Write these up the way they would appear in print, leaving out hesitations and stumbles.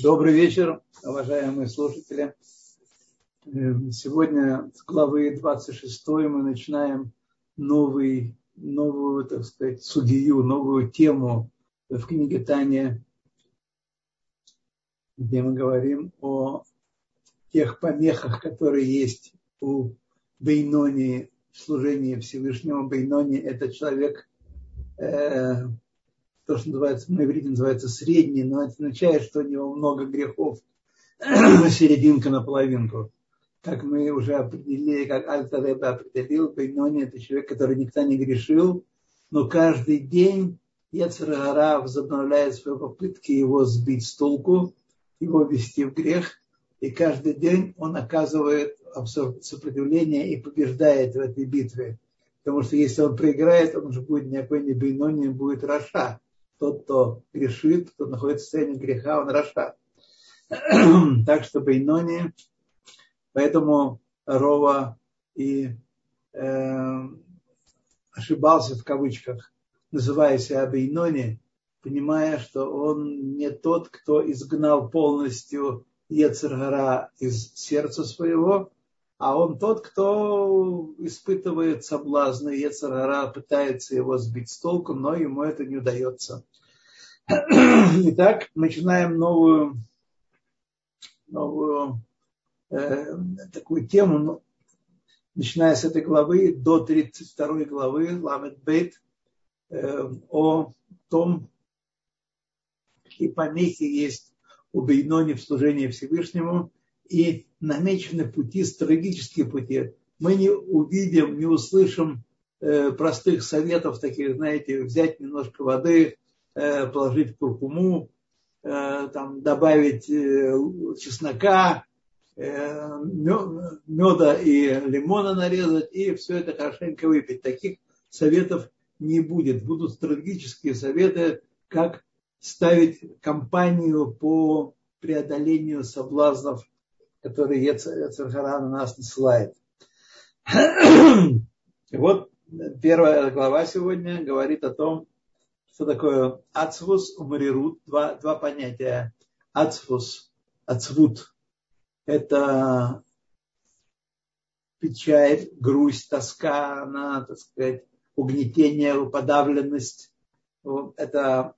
Добрый вечер, уважаемые слушатели. Сегодня с главы 26 мы начинаем новую, так сказать, сугию, новую тему в книге Таня, где мы говорим о тех помехах, которые есть у Бейнони в служении Всевышнему. Бейнони – это человек, то, что называется, на иврите называется средний, но это означает, что у него много грехов, серединка на половинку. Как мы уже определили, как Аль-Таребе определил, Бейнони – это человек, который никогда не грешил, но каждый день Йецер га-ра возобновляет свои попытки его сбить с толку, его ввести в грех, и каждый день он оказывает сопротивление и побеждает в этой битве. Потому что если он проиграет, он уже будет никакой не Бейнони, будет Раша. Тот, кто грешит, кто находится в состоянии греха, он Раша. Так что Бейнони, поэтому Рова и ошибался в кавычках, называя себя Бейнони, понимая, что он не тот, кто изгнал полностью Йецер га-ра из сердца своего, а он тот, кто испытывает соблазны. Йецер га-ра пытается его сбить с толку, но ему это не удается. Итак, начинаем новую такую тему, начиная с этой главы до 32 главы Ламед Бейт, о том, какие помехи есть у Бейнони в служении Всевышнему, и намечены пути, стратегические пути. Мы не увидим, не услышим простых советов, таких, знаете, взять немножко воды, положить куркуму, там, добавить чеснока, меда и лимона нарезать, и все это хорошенько выпить. Таких советов не будет. Будут стратегические советы, как ставить кампанию по преодолению соблазнов, которые Йецер га-ра на нас насылает. И вот первая глава сегодня говорит о том, что такое ацвус и марирут. Два понятия. Ацвус, ацвут – это печаль, грусть, тоска, так сказать, угнетение, подавленность. Это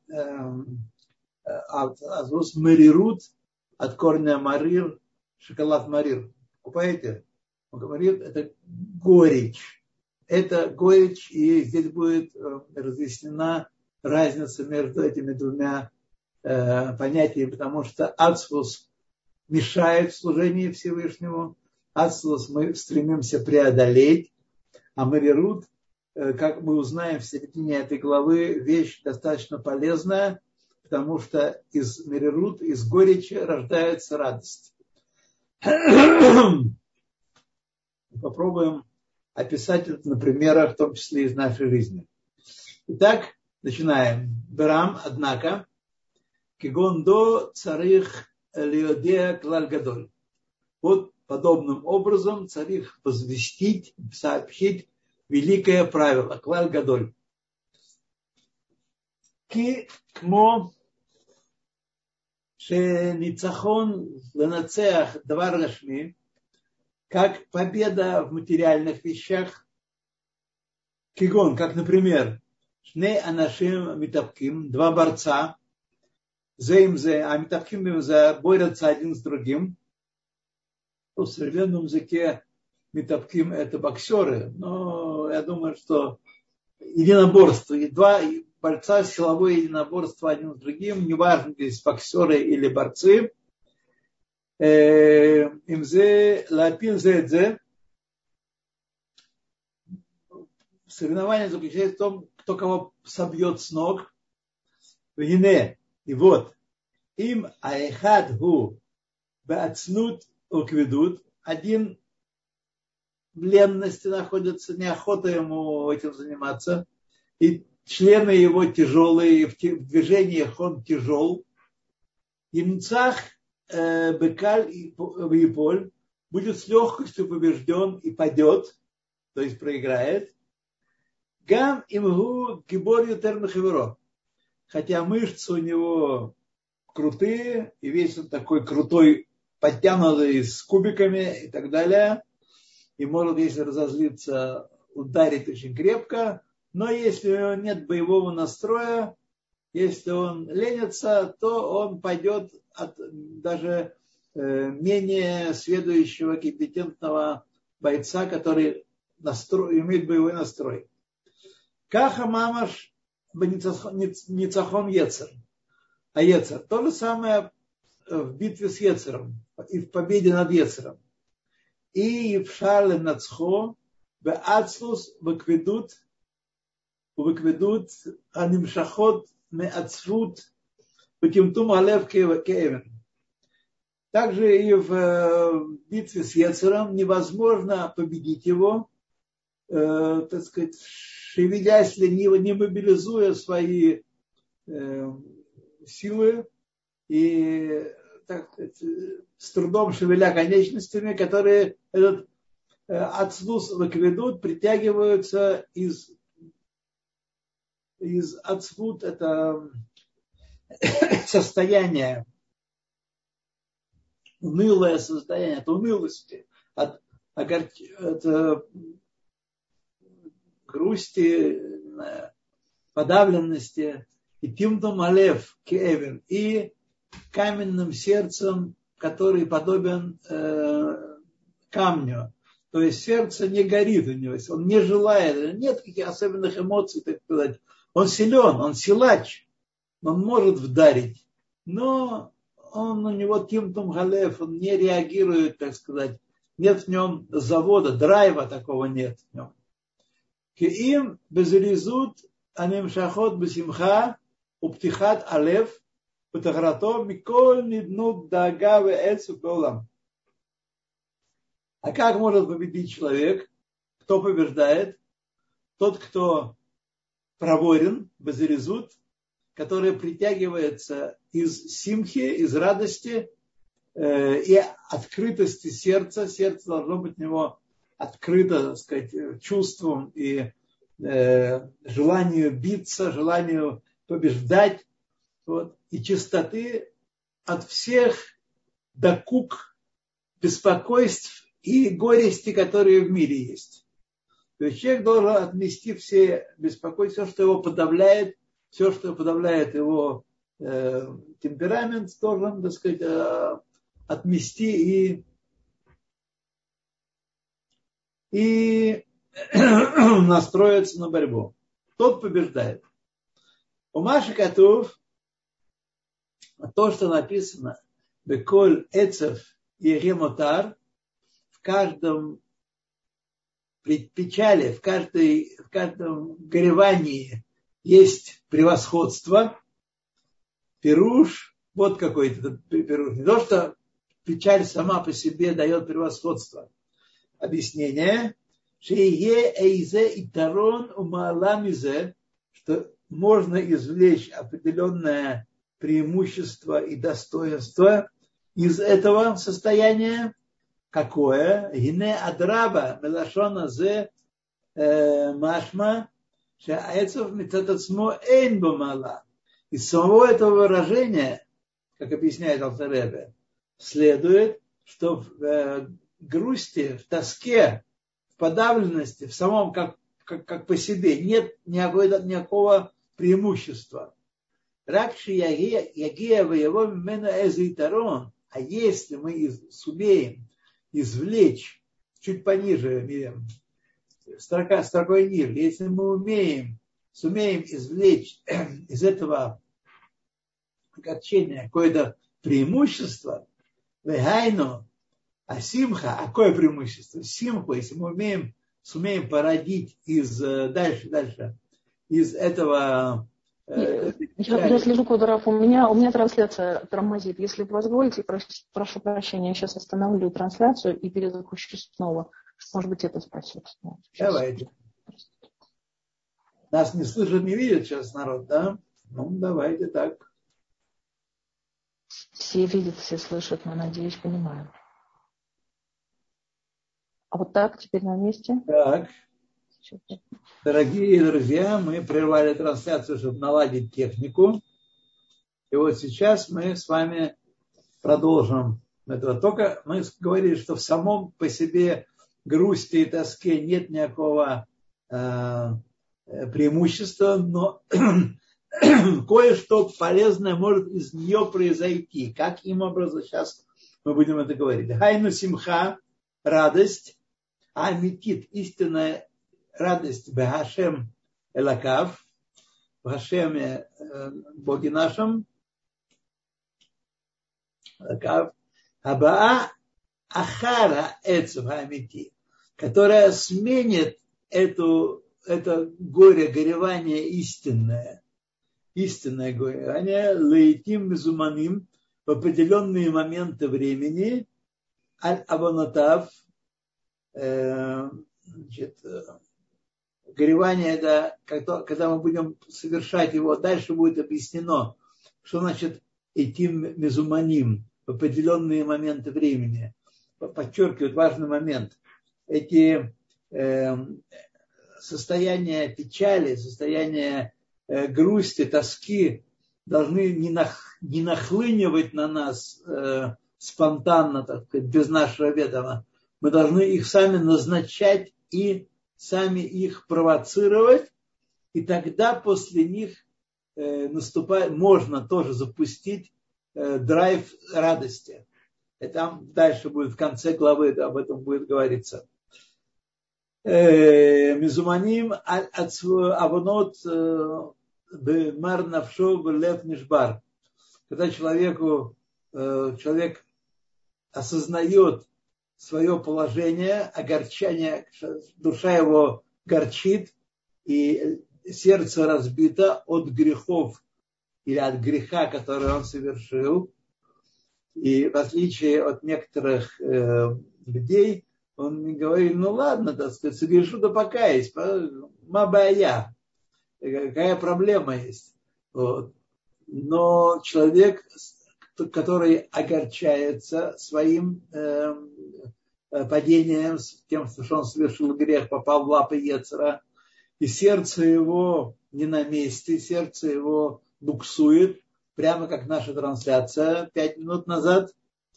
ацвус. Марирут от корня марир, шоколад марир. Покупаете? Марир – это горечь. Это горечь, и здесь будет разъяснена разница между этими двумя понятиями, потому что ацвус мешает в служении Всевышнему, ацвус мы стремимся преодолеть, а марирут, как мы узнаем в середине этой главы, вещь достаточно полезная, потому что из марирут, из горечи рождается радость. Попробуем описать это на примерах, в том числе из нашей жизни. Итак, начинаем. Берам, однако, кигондо царих лиодея клаль гадоль. Вот подобным образом царих возвестить, сообщить великое правило, клаль гадоль. Ки кмо ше ницахон ленацеах давар гашми, как победа в материальных вещах, кигон, как, например, шней анашим митапким, два борца, зеймзе, а митапким борются один с другим. В современном языке митапким это боксеры, но я думаю, что единоборство, и два борца, силовое единоборство один с другим, неважно, здесь боксеры или борцы, имзе лапин зедзе. Соревнование заключается в том, кто кого собьет с ног. И вот, им аэхад гу беацнут укведут. Один в ленности находится, неохота ему этим заниматься. И члены его тяжелые, в движениях он тяжел. Имцах бекаль и поль будет с легкостью побежден и падет, то есть проиграет. Гам имгу гибор ютер мехеверо. Хотя мышцы у него крутые, и весь он такой крутой, подтянутый, с кубиками и так далее. И может, если разозлиться, ударить очень крепко. Но если у него нет боевого настроя, если он ленится, то он пойдет от даже менее сведущего, компетентного бойца, который имеет боевой настрой. Каха мамаш ницахон ецер. А ецер. То же самое в битве с ецером и в победе над ецером. И в шарле нацхо, в ацлус, в акведут, анимшахот, ме ацрут, в кимтум алев кеевен. Также и в битве с ецером невозможно победить его, так сказать, шевелясь лениво, не мобилизуя свои силы и, так сказать, с трудом шевеля конечностями, которые этот ацлус в акведут притягиваются из ацвут, это состояние, унылое состояние, от унылости, от грусти, подавленности, и тимтум алев кеевен, и каменным сердцем, который подобен камню. То есть сердце не горит у него, он не желает, нет каких особенных эмоций, так сказать. Он силен, он силач, он может вдарить, но у него тимтум галев, он не реагирует, так сказать, нет в нем завода, драйва такого нет в нем. Кеим безрезут анимшахот бесимха уптихат алев утахрато миколь ниднут дага веэцу колам. А как может победить человек? Кто побеждает? Тот, кто проворен, безрезут, который притягивается из симхи, из радости и открытости сердца. Сердце должно быть у него открыто, так сказать, чувством и желанию биться, желанию побеждать. Вот, и чистоты от всех докук, беспокойств и горести, которые в мире есть. То есть человек должен отмести все беспокойства, все, что его подавляет, все, что подавляет его темперамент, должен, так сказать, отмести и настроиться на борьбу. Тот побеждает. У Маши Катув то, что написано Беколь Эцев и Ремотар, в каждом печали, в каждом горевании есть превосходство. Пируш, вот какой-то пируш. Не то, что печаль сама по себе дает превосходство. Объяснение. Шее эйзе и тарон умааламизе, что можно извлечь определенное преимущество и достоинство из этого состояния. Какое? Гине адраба мелашона зе машма шаэцов митатацмо эйн бомала. Из самого этого выражения, как объясняет Алтер Ребе, следует, что в грусти, в тоске, в подавленности, в самом как по себе нет никакого преимущества. Ракши ягия воево мена эзитарон. А если мы сумеем извлечь, чуть пониже, строкой ниже, если мы сумеем извлечь из этого огорчения какое-то преимущество, вегайну, а симха, а какое преимущество? Симху, если мы сумеем породить дальше, из этого... Я слежу, Квадоров, у меня трансляция тормозит. Если вы позволите, прошу прощения, я сейчас остановлю трансляцию и перезапущу снова. Может быть, это спасет. Давайте. Нас не слышат, не видят сейчас народ, да? Ну, давайте так. Все видят, все слышат, но, надеюсь, понимаю. А вот так, теперь на месте? Так. Дорогие друзья, мы прервали трансляцию, чтобы наладить технику. И вот сейчас мы с вами продолжим это. Только мы говорили, что в самом по себе грусти и тоске нет никакого преимущества, но кое-что полезное может из нее произойти. Каким образом? Сейчас мы будем это говорить. Хайну симха, радость, амитит, истинная радость, бехашем элакав, в Хашеме Боге нашем, элакав, абаа ахара эцев амити, которая сменит это горе, горевание истинное горевание, лейтим мезуманим, в определенные моменты времени, аль-абанатав, горевание это, когда мы будем совершать его, дальше будет объяснено, что значит этим мезуманим, в определенные моменты времени. Подчеркивают важный момент. Эти состояния печали, состояния грусти, тоски должны не нахлынивать на нас спонтанно, так сказать, без нашего ведома. Мы должны их сами назначать и сами их провоцировать, и тогда после них можно тоже запустить драйв радости. И там дальше будет, в конце главы об этом будет говориться. Мизуманим авонот бемар навшо берлев нишбар. Когда человек осознает свое положение, огорчание, душа его горчит, и сердце разбито от грехов или от греха, который он совершил. И в отличие от некоторых людей, он не говорит, ну ладно, так сказать, согрешу да покаюсь, мабая, какая проблема есть. Вот. Но человек, который огорчается своим падением, тем, что он совершил грех, попал в лапы Йецера, и сердце его не на месте, сердце его буксует, прямо как наша трансляция 5 минут назад.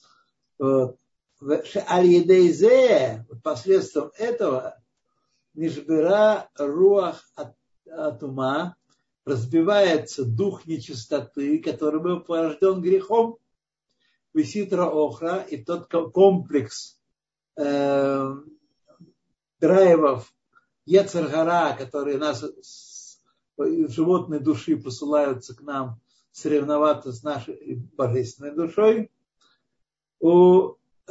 Аль-Едейзе, посредством этого, нишбера руах от ума, разбивается дух нечистоты, который был порожден грехом, виситра охра, и тот комплекс драйвов Йецер-гара, которые нас, животные души, посылаются к нам соревноваться с нашей божественной душой, у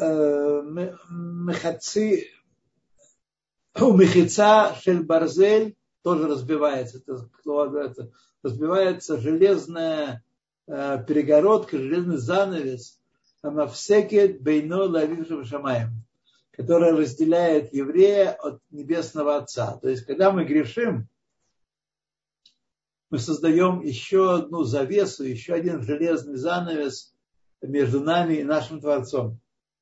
мехица шель барзель тоже разбивается. Это разбивается железная перегородка, железный занавес, амавсекет бейно лавившим шамаем, которая разделяет еврея от небесного Отца. То есть, когда мы грешим, мы создаем еще одну завесу, еще один железный занавес между нами и нашим Творцом.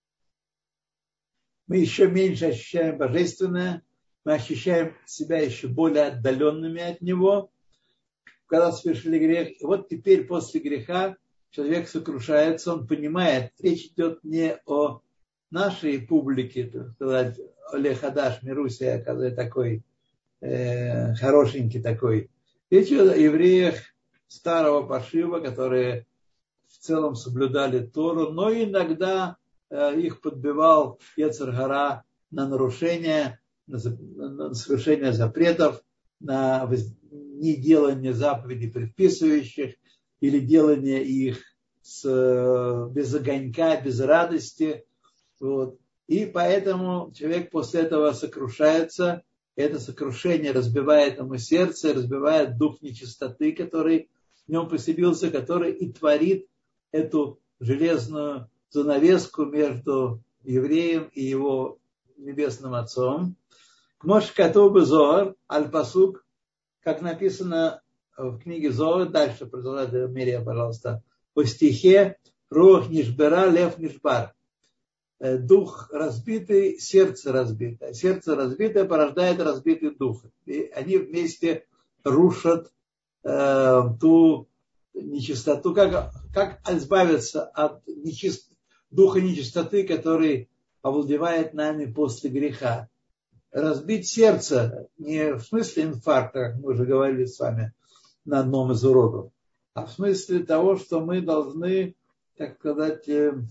Мы еще меньше ощущаем божественное, мы ощущаем себя еще более отдаленными от Него, когда совершили грех. И вот теперь после греха человек сокрушается, он понимает, речь идет не о нашей публике, так сказать, Олег Хадаш, Мирусия, который такой хорошенький такой. Речь о евреях старого пошива, которые в целом соблюдали Тору, но иногда их подбивал Йецер-гара на нарушение, на совершение запретов, на неделание заповедей предписывающих или делание их без огонька, без радости. Вот. И поэтому человек после этого сокрушается. Это сокрушение разбивает ему сердце, разбивает дух нечистоты, который в нем поселился, который и творит эту железную занавеску между евреем и его небесным Отцом. Кмош катуб Зоар, аль-пасук, как написано в книге Зоар, дальше продолжает Мирия, пожалуйста, по стихе Рух нишбера, лев нишбар. Дух разбитый, сердце разбитое. Сердце разбитое порождает разбитый дух. И они вместе рушат ту нечистоту, как избавиться от духа нечистоты, который овладевает нами после греха. Разбить сердце, не в смысле инфаркта, как мы уже говорили с вами на одном из уроков, а в смысле того, что мы должны, так сказать,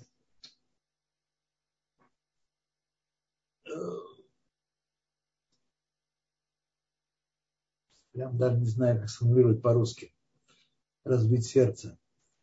прям даже не знаю, как сформулировать по-русски, разбить сердце.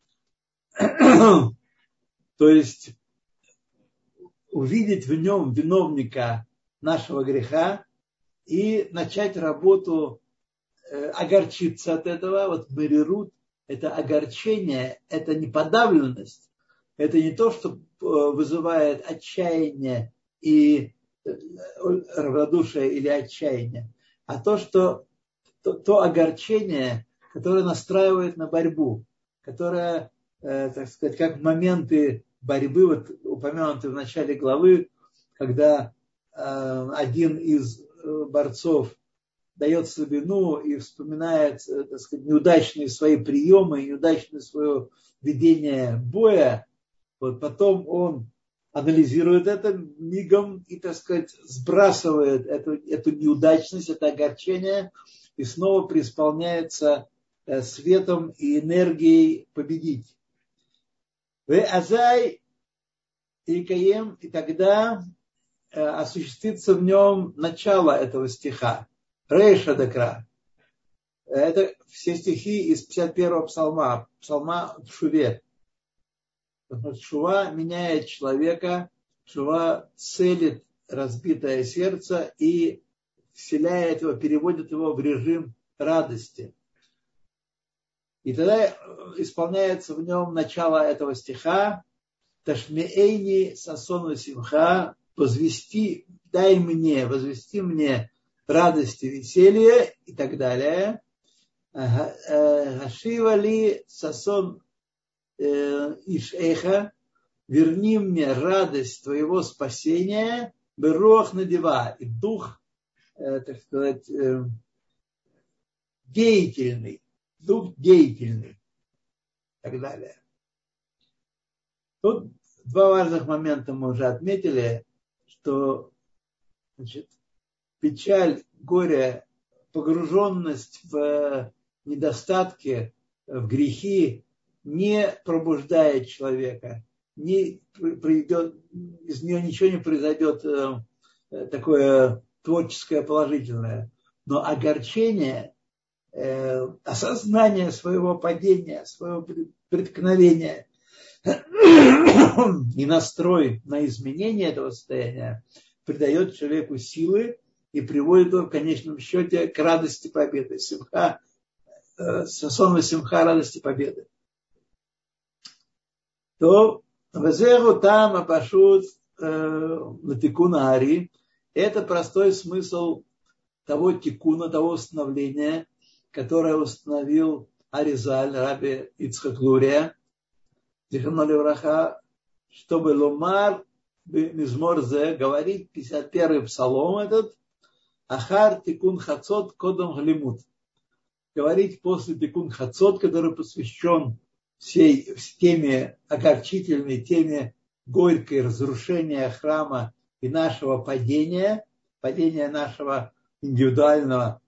То есть увидеть в нем виновника нашего греха и начать работу, огорчиться от этого. Вот мерирут – это огорчение, это не подавленность, это не то, что вызывает отчаяние и равнодушие или отчаяние, а то огорчение, которое настраивает на борьбу, которое, так сказать, как моменты борьбы, вот упомянутые в начале главы, когда один из борцов дает слабину и вспоминает, так сказать, неудачные свои приемы, неудачное свое ведение боя, вот потом он анализирует это мигом и, так сказать, сбрасывает эту неудачность, это огорчение и снова преисполняется светом и энергией победить. Азай и Каем, и тогда осуществится в нем начало этого стиха. Рейша декра. Это все стихи из 51-го псалма Тшуве. Тшува меняет человека, Тшува целит разбитое сердце и вселяет его, переводит его в режим радости. И тогда исполняется в нем начало этого стиха. Ташмеэйни сасону симха, возвести мне радость и веселье и так далее. Хашивали сасон ишэха, верни мне радость твоего спасения, берох надева, и дух, так сказать, деятельный, и так далее. Тут два важных момента мы уже отметили, что, значит, печаль, горе, погруженность в недостатки, в грехи не пробуждает человека, из нее ничего не произойдет такое творческое, положительное. Но огорчение, осознание своего падения, своего преткновения и настрой на изменение этого состояния придает человеку силы и приводит его в конечном счете к радости победы. Симха, сасона симха, радости победы. То везеру там апашут латикуна ари. Это простой смысл того тикуна, того установления, которое установил Аризаль, раби Ицхак Лурия, зихроно левраха, чтобы ломар мизморзе, говорить 51-й псалом этот, ахар тикун хацот кодом глимут. Говорить после тикун хацот, который посвящен всей теме огорчительной, теме горькой разрушения храма и нашего падения нашего индивидуального,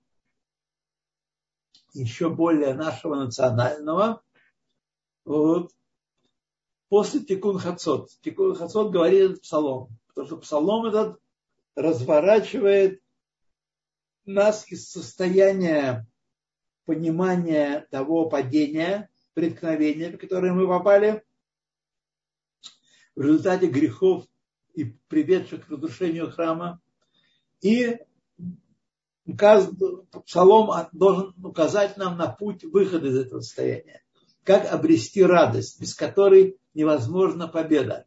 еще более нашего национального. Вот. После тикун хацот. Тикун хацот говорит этот псалом. Потому что псалом этот разворачивает нас из состояния понимания того падения, преткновения, в которое мы попали в результате грехов и приведших к разрушению храма. И псалом должен указать нам на путь выхода из этого состояния. Как обрести радость, без которой невозможна победа.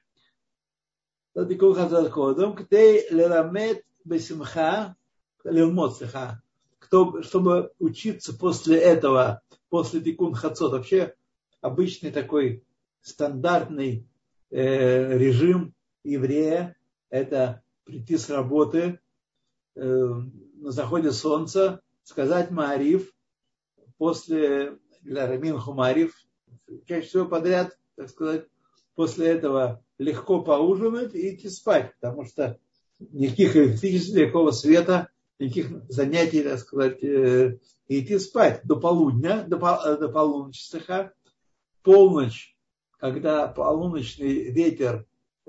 Чтобы учиться после этого, после тикун хацот, вообще обычный такой стандартный режим еврея, это прийти с работы на заходе солнца, сказать маариф, после для Рамин Хумарив. Чаще всего подряд, так сказать, после этого легко поужинать и идти спать, потому что никаких электричеств, никакого света, никаких занятий, так сказать, и идти спать до полудня, до полуночи, полночь, когда полуночный ветер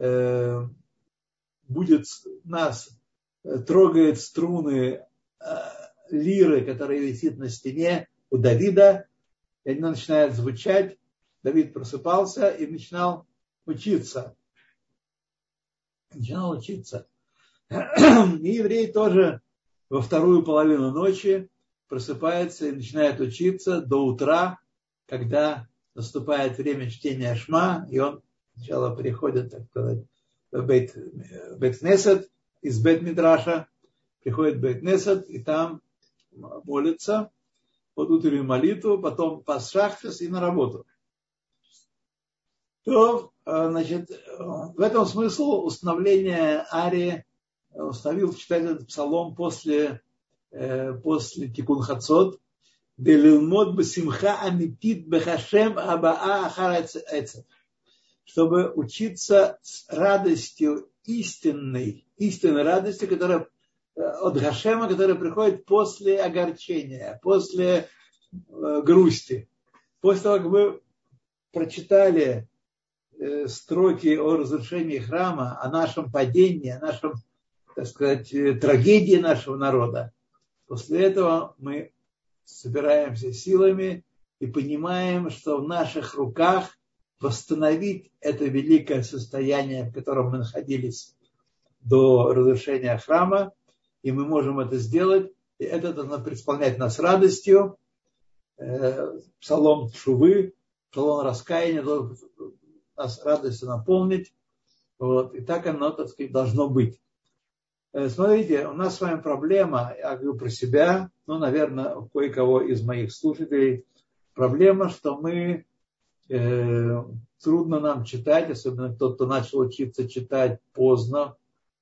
будет нас, трогает струны лиры, которая висит на стене у Давида, и она начинает звучать. Давид просыпался и начинал учиться. И еврей тоже во вторую половину ночи просыпается и начинает учиться до утра, когда наступает время чтения Шма, и он сначала приходит, так сказать, в Бейт-Кнесет, из Бейт-Мидраша, приходит в Бейт-Кнесет, и там молится под утреннюю молитву, потом пасшахтес и на работу. То, значит, в этом смысл установления Ари установил читать этот псалом после Тикун Хацот, Белилмот бесимха амитит бехашем абаа ахар эцет, чтобы учиться с радостью истинной радостью, которая от Гашема, которая приходит после огорчения, после грусти. После того, как мы прочитали строки о разрушении храма, о нашем падении, о нашем, так сказать, трагедии нашего народа, после этого мы собираемся силами и понимаем, что в наших руках восстановить это великое состояние, в котором мы находились до разрушения храма, и мы можем это сделать, и это должно преисполнять нас радостью. Псалом Тшувы, псалом раскаяния должен нас радостью наполнить. Вот. И так оно, так сказать, должно быть. Смотрите, у нас с вами проблема, я говорю про себя, наверное, у кое-кого из моих слушателей, проблема, что мы, трудно нам читать, особенно тот, кто начал учиться читать поздно,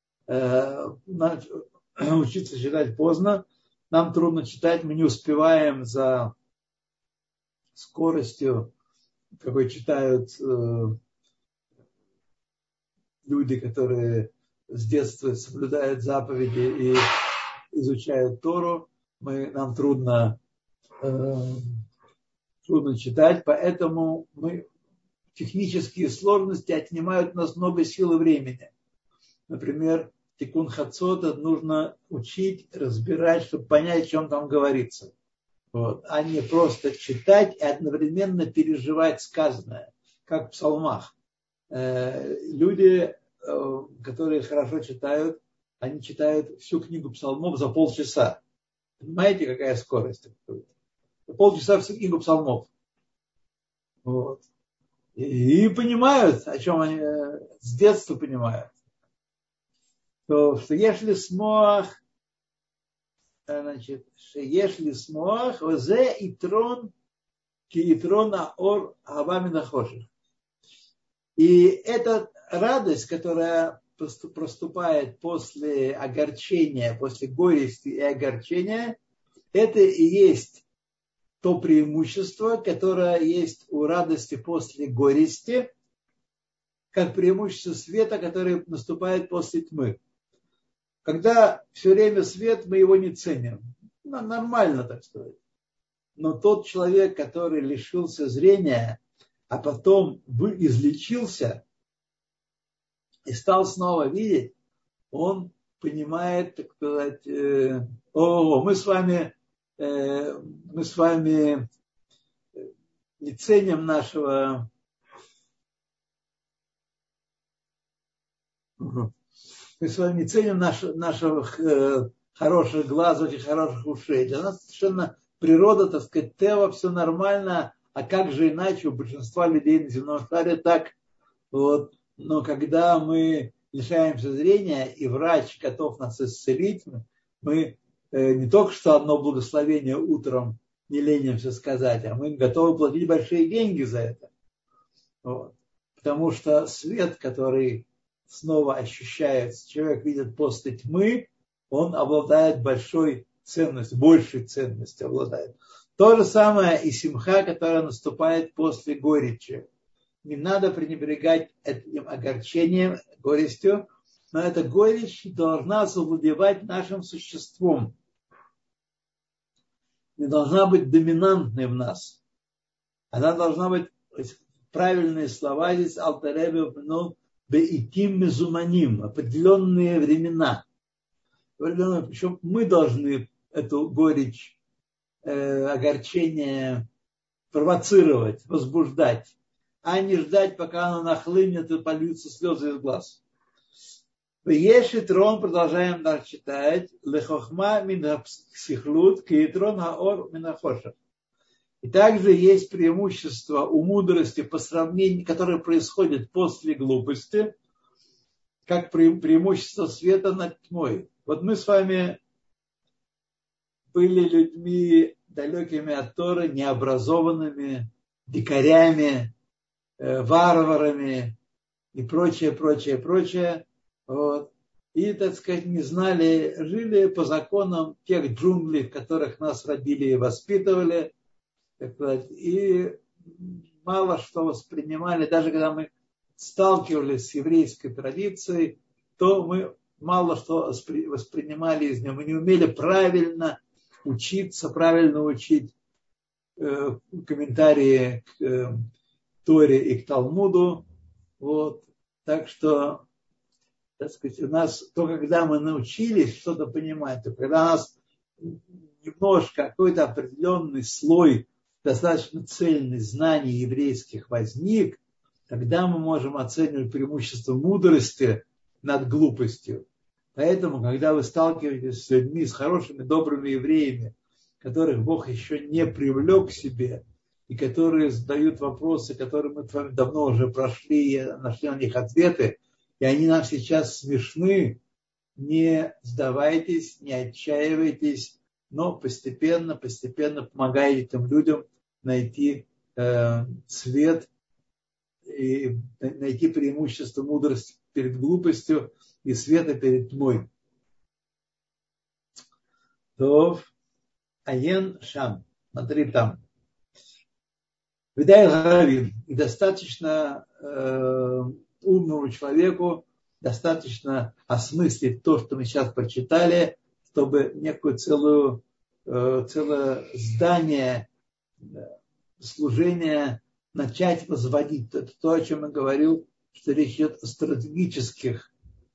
учиться читать поздно, нам трудно читать, мы не успеваем за скоростью, какой читают люди, которые с детства соблюдают заповеди и изучают Тору. Нам трудно читать, поэтому технические сложности отнимают у нас много сил и времени. Например, Тикун Хацота нужно учить, разбирать, чтобы понять, о чем там говорится. Вот. А не просто читать и одновременно переживать сказанное, как в псалмах. Люди, которые хорошо читают, они читают всю книгу псалмов за полчаса. Понимаете, какая скорость? Полчаса всю книгу псалмов. Вот. И понимают, о чем они с детства понимают. То, что если смог, значит, если смог, озе и трон, ки итрон аор авами нахоших. И эта радость, которая проступает после огорчения, после горести и огорчения, это и есть то преимущество, которое есть у радости после горести, как преимущество света, которое наступает после тьмы. Когда все время свет, мы его не ценим. Нормально, так сказать. Но тот человек, который лишился зрения, а потом излечился и стал снова видеть, он понимает, так сказать, мы с вами не ценим нашего... Мы с вами не ценим наших хороших глаз, очень хороших ушей. Для нас совершенно природа, так сказать, тева, все нормально. А как же иначе у большинства людей на земном шаре так? Вот. Но когда мы лишаемся зрения, и врач готов нас исцелить, мы не только что одно благословение утром не ленимся сказать, а мы готовы платить большие деньги за это. Вот. Потому что свет, который снова ощущается, человек видит после тьмы, он обладает большой ценностью, большей ценностью обладает. То же самое и симха, которая наступает после горечи. Не надо пренебрегать этим огорчением, горестью, но эта горечь должна завладевать нашим существом. Не должна быть доминантной в нас. Она должна быть, правильные слова здесь Алтер Ребе упомянул, беитим мезуманим, определенные времена. Причем мы должны эту горечь, огорчение провоцировать, возбуждать, а не ждать, пока она нахлынет и польются слезы из глаз. Вешит Рон, продолжаем дальше читать, лехохма мин психлут китрон хаор мин хошев. И также есть преимущество у мудрости по сравнению, которое происходит после глупости, как преимущество света над тьмой. Вот мы с вами были людьми далекими от Торы, необразованными, дикарями, варварами и прочее, прочее, прочее. Вот. И, так сказать, не знали, жили по законам тех джунглей, в которых нас родили и воспитывали. Так сказать, и мало что воспринимали, даже когда мы сталкивались с еврейской традицией, то мы мало что воспринимали из нее. Мы не умели правильно учиться, правильно учить комментарии к Торе и к Талмуду. Вот. Так что, так сказать, у нас, то когда мы научились что-то понимать, то когда у нас немножко какой-то определенный слой достаточно цельный знаний еврейских возник, тогда мы можем оценивать преимущество мудрости над глупостью. Поэтому, когда вы сталкиваетесь с людьми, с хорошими, добрыми евреями, которых Бог еще не привлек к себе, и которые задают вопросы, которые мы с вами давно уже прошли и нашли на них ответы, и они нам сейчас смешны, не сдавайтесь, не отчаивайтесь, но постепенно помогайте этим людям найти свет и найти преимущество мудрости перед глупостью и света перед тьмой. Тов, Аен Шам, смотри там. Видай Гаравим, и достаточно умному человеку, достаточно осмыслить то, что мы сейчас прочитали, чтобы некое целое здание служения начать возводить. Это то, о чем я говорил, что речь идет о стратегических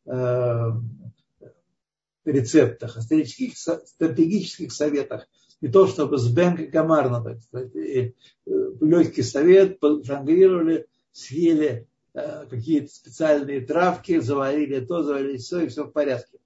рецептах, о стратегических советах. Не то, чтобы с Бенк и Гамарна, так сказать, легкий совет, жонглировали, съели какие-то специальные травки, заварили то, заварили все, и все в порядке.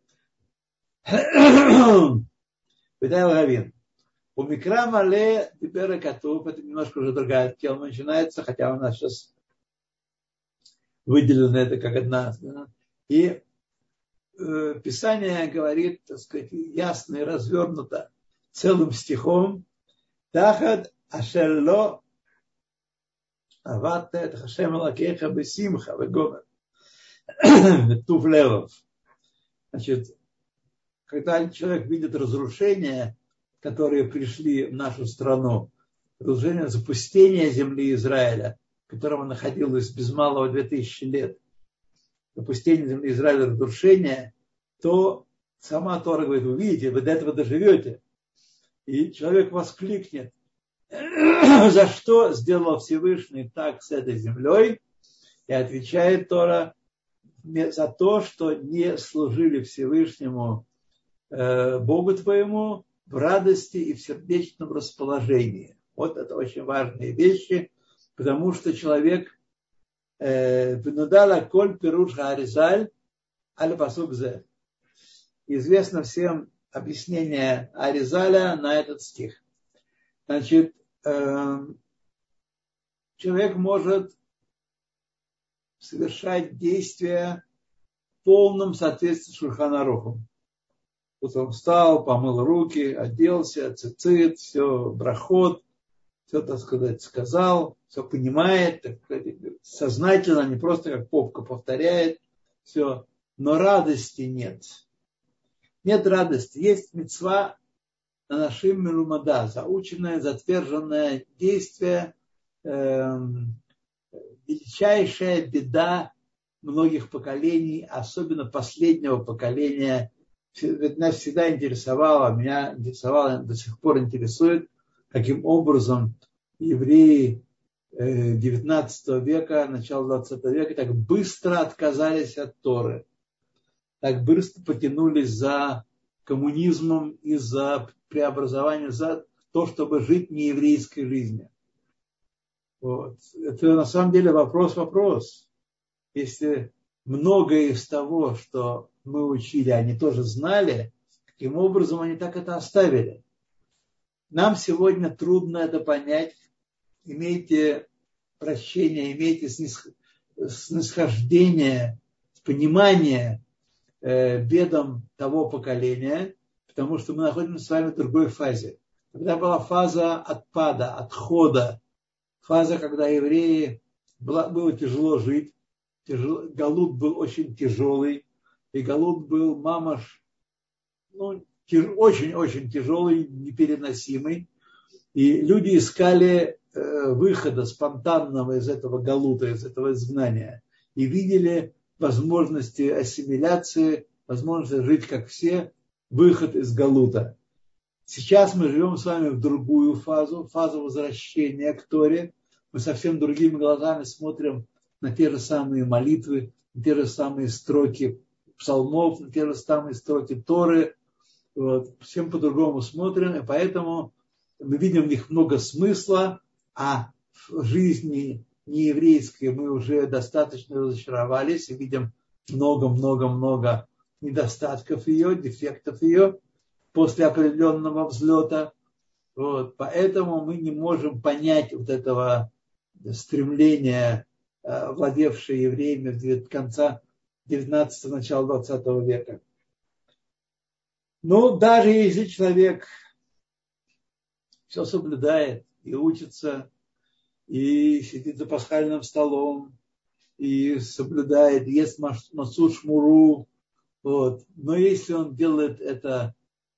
Питай Равин. У Микра Мале Дибера Катув, это немножко уже другая тема начинается, хотя у нас сейчас выделено это как одна. И Писание говорит, так сказать, ясно и развернуто целым стихом. Тахад ашерло аватта это Хашем Алакеха бесимха вегомер тув левов. Значит, когда человек видит разрушения, которые пришли в нашу страну, разрушение, запустение земли Израиля, в котором она находилась без малого 2000 лет, запустение земли Израиля, разрушение, то сама Тора говорит, вы видите, вы до этого доживете. И человек воскликнет, за что сделал Всевышний так с этой землей? И отвечает Тора, за то, что не служили Всевышнему Богу твоему в радости и в сердечном расположении. Вот это очень важные вещи, потому что человек вынудала коль пируш Аризаль аль пасук зе. Известно всем объяснение Аризаля на этот стих. Значит, человек может совершать действия в полном соответствии с Шульхан Арухом. Вот он встал, помыл руки, оделся, цицит, все, брахот, все, так сказать, сказал, все понимает, так сказать, сознательно, не просто как попка повторяет, все. Но радости нет. Нет радости. Есть мицва анашим мелумада, заученное, затверженное действие, величайшая беда многих поколений, особенно последнего поколения. Меня всегда интересовало, до сих пор интересует, каким образом евреи XIX века, начала XX века так быстро отказались от Торы, так быстро потянулись за коммунизмом и за преобразованием, за то, чтобы жить нееврейской жизнью. Вот. Это на самом деле вопрос. Если многое из того, что мы учили, они тоже знали, каким образом они так это оставили. Нам сегодня трудно это понять. Имейте прощение, имейте снисхождение, понимание бедам того поколения, потому что мы находимся с вами в другой фазе. Когда была фаза отпада, отхода, фаза, когда евреи было тяжело жить, галут был очень тяжелый, и галут был мамаш, очень-очень тяжелый, непереносимый, и люди искали выхода спонтанного из этого галута, из этого изгнания, и видели возможности ассимиляции, возможности жить как все, выход из галута. Сейчас мы живем с вами в другую фазу возвращения к Торе. Мы совсем другими глазами смотрим на те же самые молитвы, на те же самые строки псалмов, на те же самые строки Торы. Вот. Всем по-другому смотрим, и поэтому мы видим в них много смысла, а в жизни нееврейской мы уже достаточно разочаровались и видим много-много-много недостатков ее, дефектов ее после определенного взлета. Вот. Поэтому мы не можем понять вот этого стремления, владевшее евреями в конца 19-го, начала 20 века. Но даже если человек все соблюдает и учится, и сидит за пасхальным столом, и соблюдает, ест масуд шмуру, вот. Но если он делает это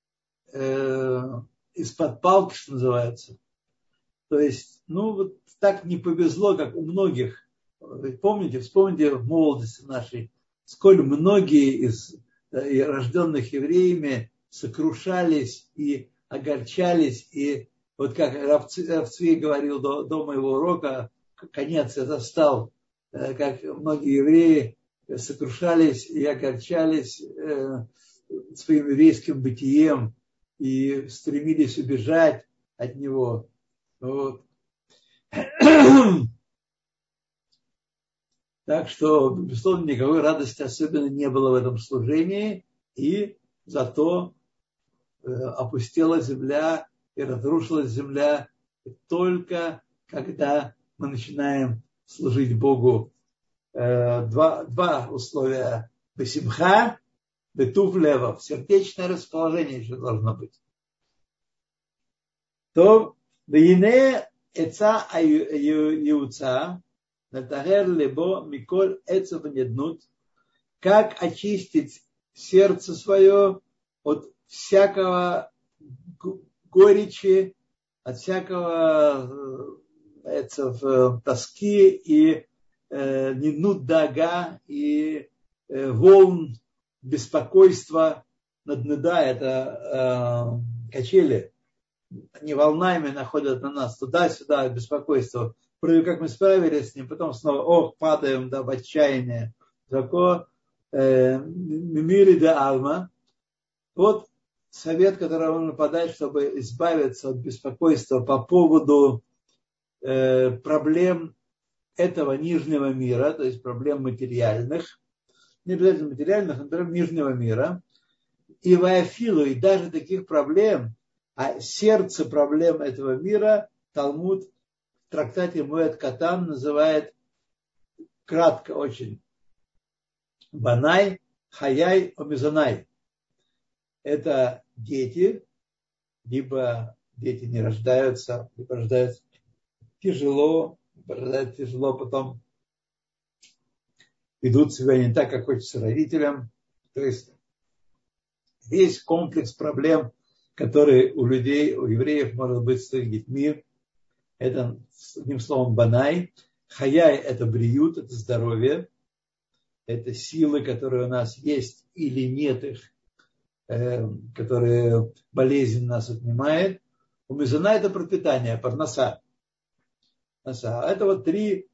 из-под палки, что называется, то есть, вот так не повезло, как у многих. Вспомните в молодости нашей, сколь многие из рожденных евреями сокрушались и огорчались, и вот как Рав Цви говорил до моего урока, конец я застал, как многие евреи сокрушались и огорчались своим еврейским бытием и стремились убежать от него. Вот. Так что, безусловно, никакой радости особенно не было в этом служении, и зато опустела земля и разрушилась земля только когда мы начинаем служить Богу. Два условия. Бесимха, бетув левов. Сердечное расположение еще должно быть. То вине эца яуца натагер лебо миколь эцев неднут. Как очистить сердце свое от всякого горечи, от всякого тоски и неднут дага и волн беспокойства. Наднеда это качели. Они волнами находят на нас туда-сюда, беспокойство. Вроде как мы справились с ним, потом снова падаем в отчаяние. Такое мимири де алма. Вот совет, который можно подать, чтобы избавиться от беспокойства по поводу проблем этого нижнего мира, то есть проблем материальных, не обязательно материальных, но проблем нижнего мира. И вафилу, и даже таких проблем, а сердце проблем этого мира Талмуд в трактате Моэд Катан называет кратко очень Банай, Хаяй, Омизанай. Это дети, либо дети не рождаются, либо рождаются тяжело, потом ведут себя не так, как хочется родителям. То есть весь комплекс проблем, который у людей, у евреев может быть с их детьми. Это, одним словом, банай. Хаяй – это бриют, это здоровье. Это силы, которые у нас есть или нет их, которые болезнь нас отнимает. У мизуна это пропитание, парноса. Это вот три,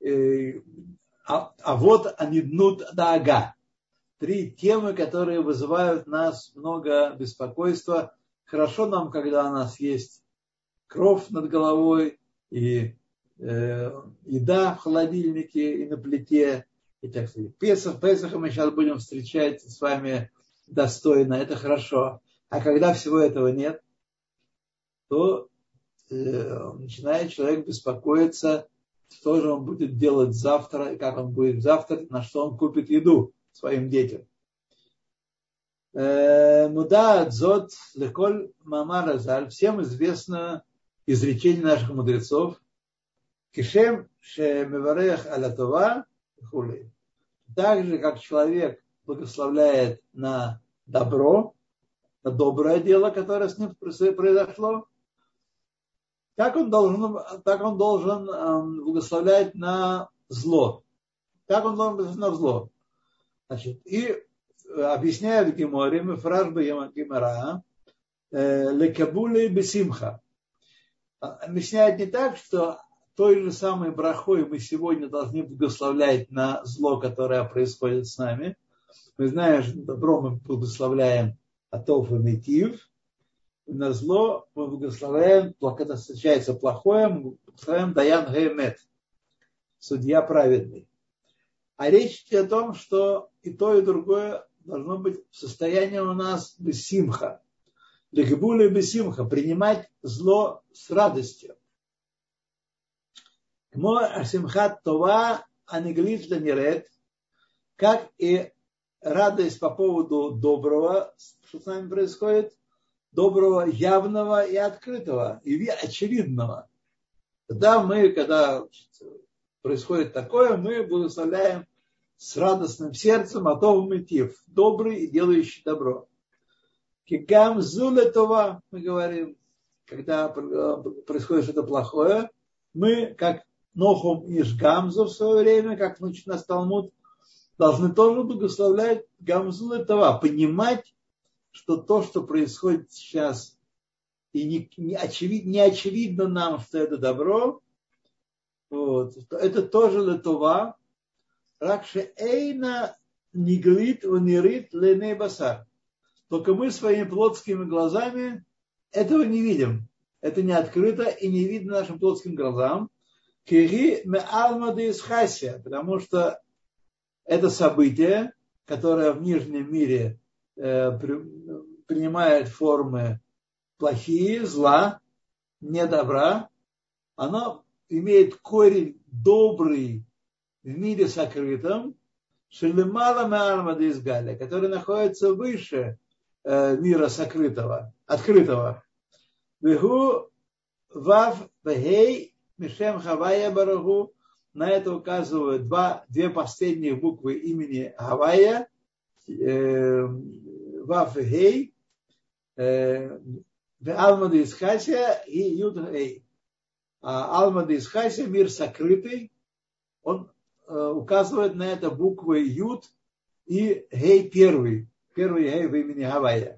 а вот они днут даага. Три темы, которые вызывают в нас много беспокойства. Хорошо нам, когда у нас есть кров над головой и еда в холодильнике и на плите. И так сказать. Песаха мы сейчас будем встречать с вами достойно, это хорошо. А когда всего этого нет, то начинает человек беспокоиться, что же он будет делать завтра, и как он будет завтра, на что он купит еду своим детям. Муда дзот леколь мама разаль. Всем известно изречение наших мудрецов. Кишем ше меварех аля това хули. Так же, как человек благословляет на добро, на доброе дело, которое с ним произошло, так он должен благословлять на зло. Так он должен благословлять на зло. Значит, и объясняет в Геморе, мифраж Гемора, лекабуле бесимха. Объясняет не так, что той же самой брахой мы сегодня должны благословлять на зло, которое происходит с нами. Мы знаем, что добро мы благословляем атоф и метив. На зло мы благословляем, когда встречается плохое, мы благословляем даян геймет, судья праведный. А речь идет о том, что и то, и другое должно быть в состоянии у нас бессимха. Легбули бессимха, принимать зло с радостью. Симхат това анеглит ланирет, как и радость по поводу доброго, что с нами происходит, доброго явного и открытого, и очевидного. Когда происходит такое, мы благословляем с радостным сердцем, атов мотив, добрый и делающий добро. Кигам зуле това, мы говорим, когда происходит что-то плохое, мы, как Нохум иш Гамзу в свое время, как научит нас Талмуд, должны тоже благословлять Гамзу этого, понимать, что то, что происходит сейчас, и не очевидно нам, что это добро, вот, это тоже летова, ракше эйна ниглит унирит леней басар. Только мы своими плотскими глазами этого не видим. Это не открыто и не видно нашим плотским глазам. Потому что это событие, которое в нижнем мире принимает формы плохие, зла, недобра, оно имеет корень добрый в мире сокрытом, который находится выше мира сокрытого, открытого. Вав вегей Мишем Хавая Барагу. На это указывают две последние буквы имени Хавая. Вав и Гей. Алмада из Хасия и Юд Гей. Алмада из Хасия, мир сокрытый, он указывает на это буквы Юд и Гей первый. Первый Гей в имени Хавая.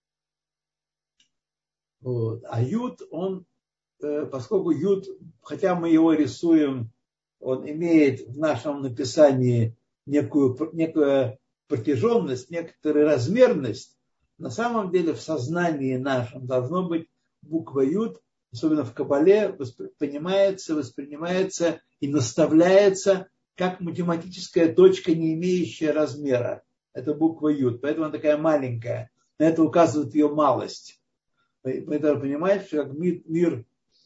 Вот. А Юд, он, поскольку Юд, хотя мы его рисуем, он имеет в нашем написании некую протяженность, некоторую размерность, на самом деле в сознании нашем должно быть буква Юд, особенно в Кабале, воспринимается и наставляется как математическая точка, не имеющая размера. Это буква Юд, поэтому она такая маленькая. На это указывает ее малость. Вы должны понимать, что как мир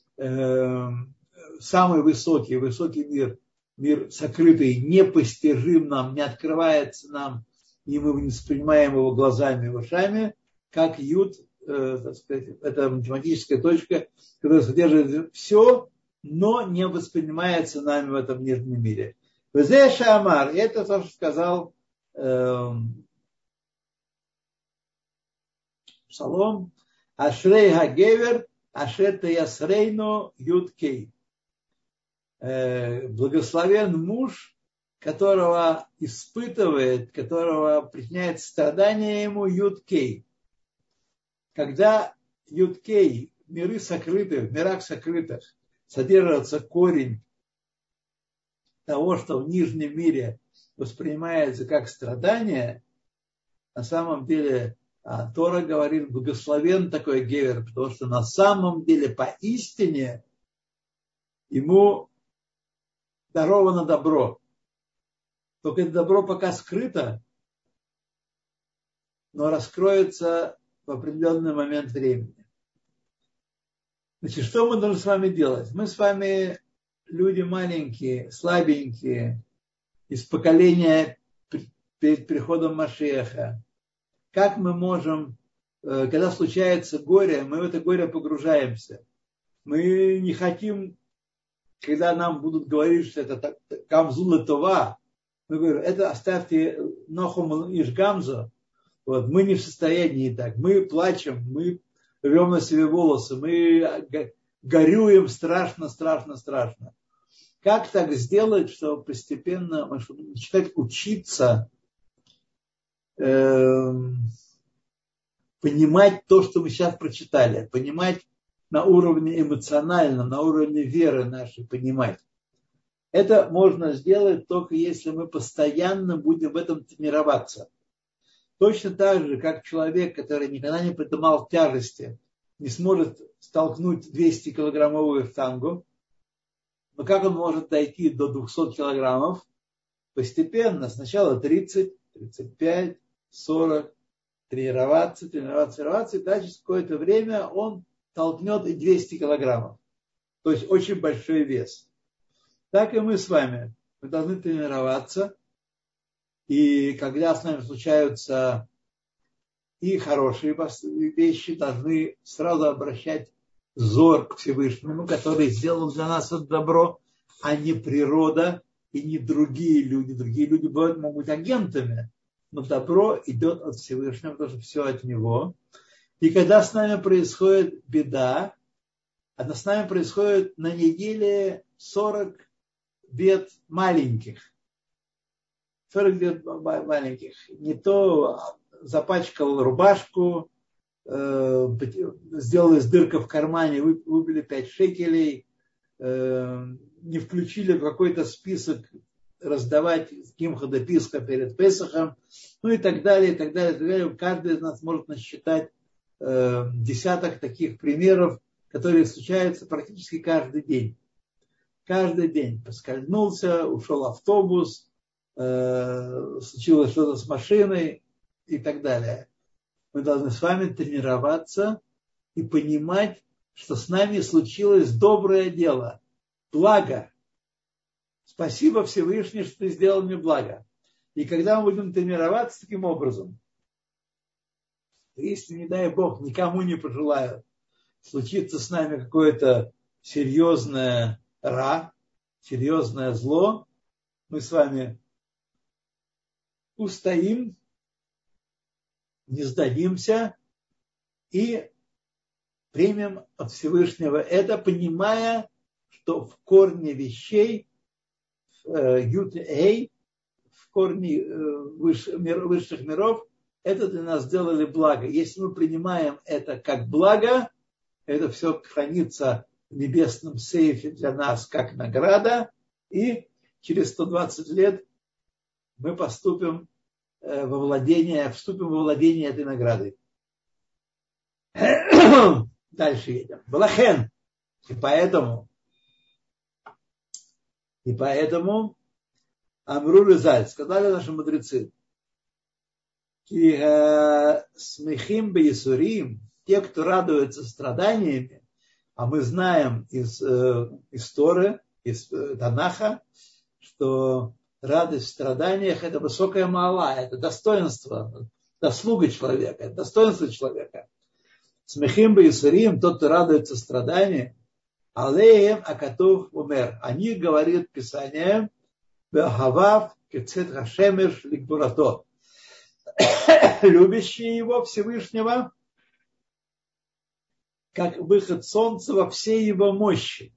самый высокий мир сокрытый, непостижим нам, не открывается нам, и мы не воспринимаем его глазами и ушами, как Юд, так сказать, это математическая точка, которая содержит все, но не воспринимается нами в этом нижнем мире. Везе Шамар, это то, что сказал Псалом, Ашрей Хагевер, Ашета Ясрейну Юткей. Благословен муж, которого испытывает, которого причиняет страдания ему Юткей. Когда Юткей, миры сокрытых, в мирах сокрытых содержится корень того, что в нижнем мире воспринимается как страдание, на самом деле Тора говорит, благословен такой гевер, потому что на самом деле поистине ему даровано добро. Только это добро пока скрыто, но раскроется в определенный момент времени. Значит, что мы должны с вами делать? Мы с вами люди маленькие, слабенькие, из поколения перед приходом Машиаха. Как мы можем, когда случается горе, мы в это горе погружаемся. Мы не хотим, когда нам будут говорить, что это камзула това, мы говорим, это оставьте нохум ишгамзу. Вот, мы не в состоянии так. Мы плачем, мы рвем на себе волосы, мы горюем страшно. Как так сделать, чтобы постепенно начать учиться понимать то, что мы сейчас прочитали, понимать на уровне эмоциональном, на уровне веры нашей, понимать. Это можно сделать только если мы постоянно будем в этом тренироваться. Точно так же, как человек, который никогда не поднимал тяжести, не сможет столкнуть 200-килограммовую штангу, но как он может дойти до 200 килограммов? Постепенно, сначала 30, 35, 40, тренироваться, и дальше через какое-то время он толкнет и 200 килограммов. То есть очень большой вес. Так и мы с вами. Мы должны тренироваться. И когда с нами случаются и хорошие вещи, должны сразу обращать взор к Всевышнему, который сделал для нас это добро, а не природа и не другие люди. Другие люди могут быть агентами, но добро идет от Всевышнего, потому что все от Него. И когда с нами происходит беда, она с нами происходит на неделе 40 бед маленьких. 40 бед маленьких. Не то запачкал рубашку, сделалась дырка в кармане, выбили 5 шекелей, не включили в какой-то список раздавать кимха да писха перед Песахом, ну и так далее, и так далее, и так далее. Каждый из нас может насчитать десяток таких примеров, которые случаются практически каждый день. Каждый день поскользнулся, ушел автобус, случилось что-то с машиной и так далее. Мы должны с вами тренироваться и понимать, что с нами случилось доброе дело, благо. Спасибо Всевышний, что ты сделал мне благо. И когда мы будем тренироваться таким образом, если, не дай Бог, никому не пожелаю, случится с нами какое-то серьезное серьезное зло, мы с вами устоим, не сдадимся и примем от Всевышнего это, понимая, что в корне вещей, в корне высших миров, это для нас сделали благо. Если мы принимаем это как благо, это все хранится в небесном сейфе для нас как награда, и через 120 лет мы вступим во владение этой наградой. Дальше едем. Балахен. И поэтому Амру Лизаль, сказали наши мудрецы, смехим бейсурим, те, кто радуются страданиями, а мы знаем из Торы, из Танаха, что радость в страданиях – это высокая маала, это достоинство, заслуга человека, это достоинство человека. Смехим бейсурим, тот, кто радуется страданиями, алеем акатув умер. Они, говорит Писание, беахавав кецет хашемеш ликбурато. Любящие его Всевышнего, как выход солнца во всей его мощи.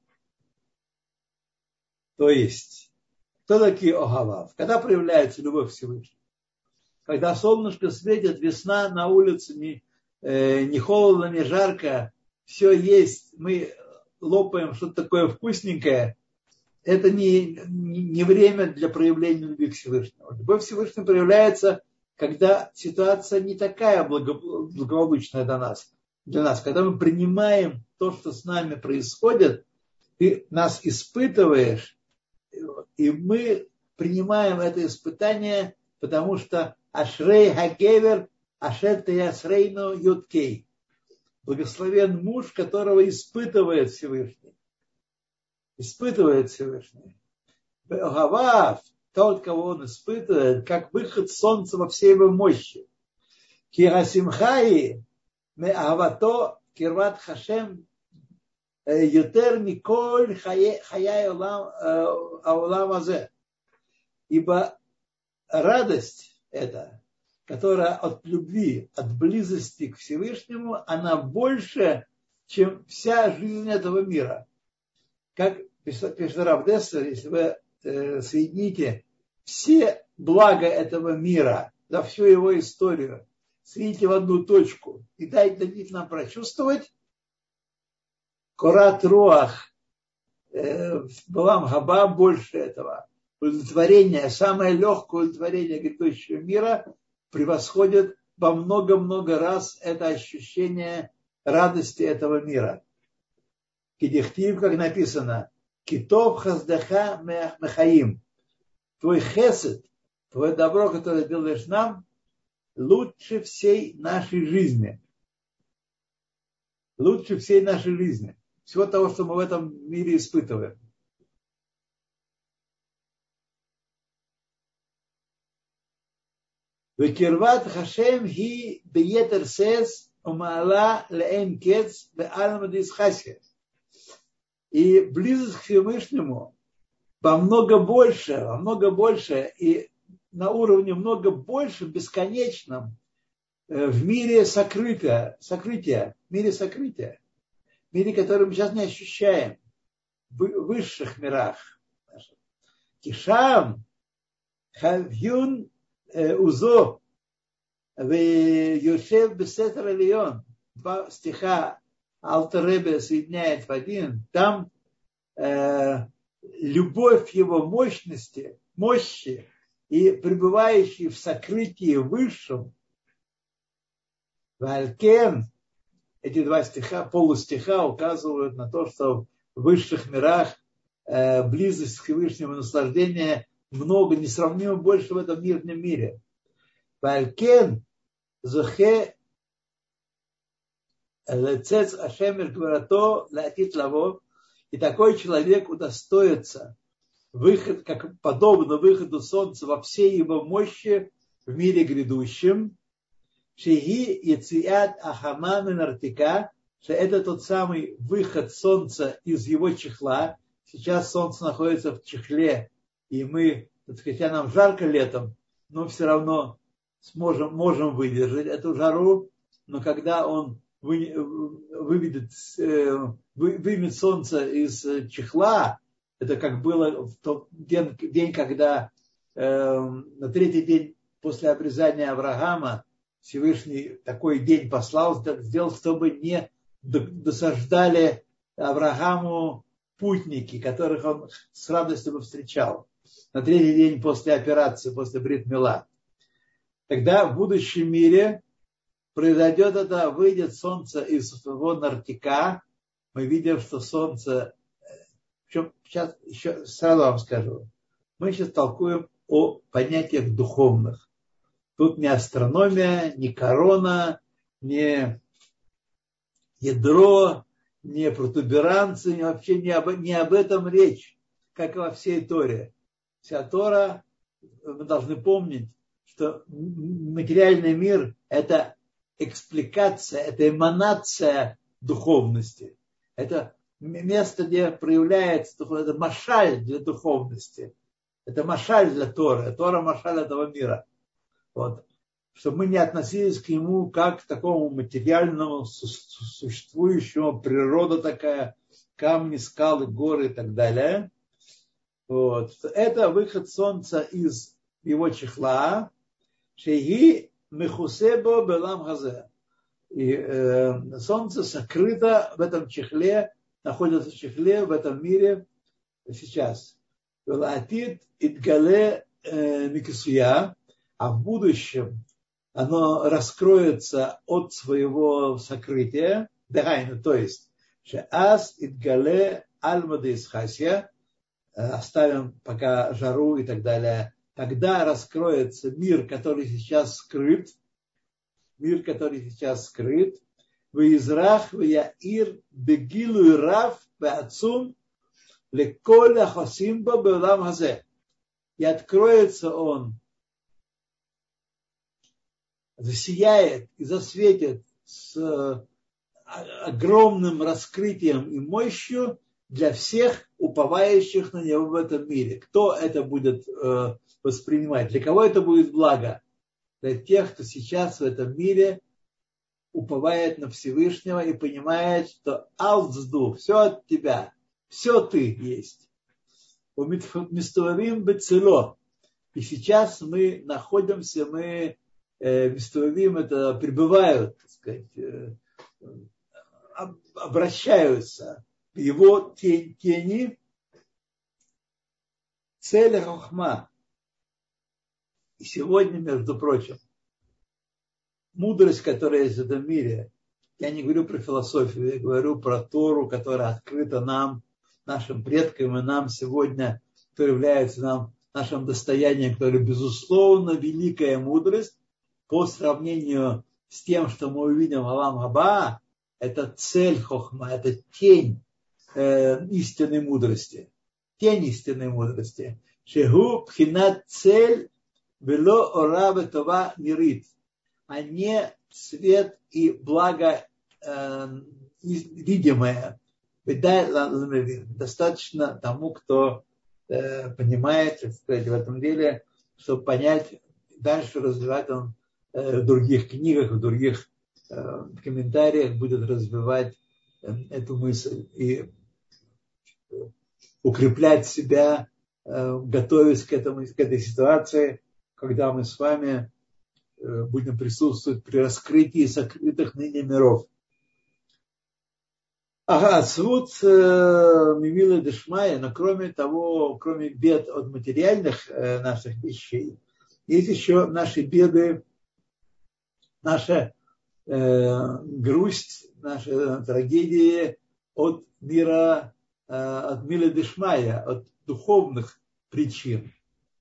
То есть, кто такие Огавав? Когда проявляется любовь Всевышнего? Когда солнышко светит, весна, на улице не холодно, не жарко, все есть, мы лопаем что-то такое вкусненькое, это не время для проявления любви к Всевышнему. Любовь Всевышнего проявляется, когда ситуация не такая благополучная для нас, когда мы принимаем то, что с нами происходит, ты нас испытываешь, и мы принимаем это испытание, потому что Ашрей Хагевер, Ашер Теясрейну Юткей. Благословен муж, которого испытывает Всевышний. Испытывает Всевышний. Огавав, тот, кого он испытывает, как выход солнца во всей его мощи. Кирасимхаи ме'авато кирват хашем ютер миколь хаяй аулам азе. Ибо радость эта, которая от любви, от близости к Всевышнему, она больше, чем вся жизнь этого мира. Как пишет Рав Дессер, если вы соедините все блага этого мира за всю его историю, соедините в одну точку и дайте нам прочувствовать, Корат Руах, Балам Хаба, больше этого. Удовлетворение, самое легкое удовлетворение грядущего мира превосходит во много-много раз это ощущение радости этого мира. Кидихтив, как написано, Китов хаздеха мехаим. Твой хесед, твое добро, которое делаешь нам, лучше всей нашей жизни. Лучше всей нашей жизни. Всего того, что мы в этом мире испытываем. Векирват Хашем ги беетер сес умала леэн кец беалма дисхасия. И близость к Всевышнему намного больше и на уровне много больше, бесконечном, в мире сокрытия, в мире, который мы сейчас не ощущаем, в высших мирах. Кишам, Хавьюн, Узо, Йошев Бесетер Элион, 2 стиха Алтер Ребе соединяет в один, там любовь его мощи и пребывающий в сокрытии высшем, Валькен, эти 2 стиха, полустиха указывают на то, что в высших мирах близость к Всевышнему, наслаждение много, несравнимо больше в этом мирном мире. Валькен зохе лецец ашемер гварато латит лаво, и такой человек удостоится выход, как подобно выходу солнца во всей его мощи в мире грядущем. Шеги яциат ахама минартика, что это тот самый выход солнца из его чехла. Сейчас солнце находится в чехле, и мы, хотя нам жарко летом, но все равно можем выдержать эту жару. Но когда он вымет солнце из чехла, это как было в тот день, когда на 3-й день после обрезания Авраама Всевышний такой день послал, сделал, чтобы не досаждали Аврааму путники, которых он с радостью бы встречал. На 3-й день после операции, после Брит-Мила. Тогда в будущем мире произойдет это, выйдет солнце из своего нартика. Мы видим, что солнце... Причем сейчас еще сразу вам скажу. Мы сейчас толкуем о понятиях духовных. Тут не астрономия, не корона, не ядро, не протуберанцы, вообще не об этом речь, как и во всей Торе. Вся Тора, мы должны помнить, что материальный мир – это экспликация, это эманация духовности. Это место, где проявляется, это машаль для духовности. Это машаль для Торы. Тора – машаль этого мира. Вот. чтобы мы не относились к нему как к такому материальному, существующему, природа такая, камни, скалы, горы и так далее. Вот. Это выход солнца из его чехла. Шеги мехусебо белам хазе. И солнце сокрыто в этом чехле, находится в чехле в этом мире сейчас. Велатит идгале микисуя, а в будущем оно раскроется от своего сокрытия, то есть шеас идгале альмада исхасия, оставим пока жару и так далее, тогда раскроется мир, который сейчас скрыт, веизрах веяир бегилу рав беацум леколь ахосимбо беулам хазе, и откроется он, засияет и засветит с огромным раскрытием и мощью для всех уповающих на него в этом мире. Кто это будет воспринимать? Для кого это будет благо? Для тех, кто сейчас в этом мире уповает на Всевышнего и понимает, что алцду, все от тебя, все ты есть. У мистовавим бецело. И сейчас мы находимся, мистовавим, это пребывают, так сказать, обращаются в его тени. Цель хохма. И сегодня, между прочим, мудрость, которая есть в этом мире, я не говорю про философию, я говорю про Тору, которая открыта нам, нашим предкам и нам сегодня, которая является нам нашим достоянием, которая, безусловно, великая мудрость по сравнению с тем, что мы увидим в Алам Хаба, это цель хохма, это тень истинной мудрости. Тень истинной мудрости. Шегу пхинат цель вело ора ветова нирит, а не свет и благо видимое. Достаточно тому, кто понимает, так сказать, в этом деле, чтобы понять, дальше развивать он в других книгах, в других комментариях будет развивать эту мысль и укреплять себя, готовясь к этой ситуации, когда мы с вами будем присутствовать при раскрытии сокрытых ныне миров. Свуд мивила дешмая, но кроме того, кроме бед от материальных наших вещей, есть еще наши беды, наша грусть, наши трагедии от мира, от мила дешмая, от духовных причин.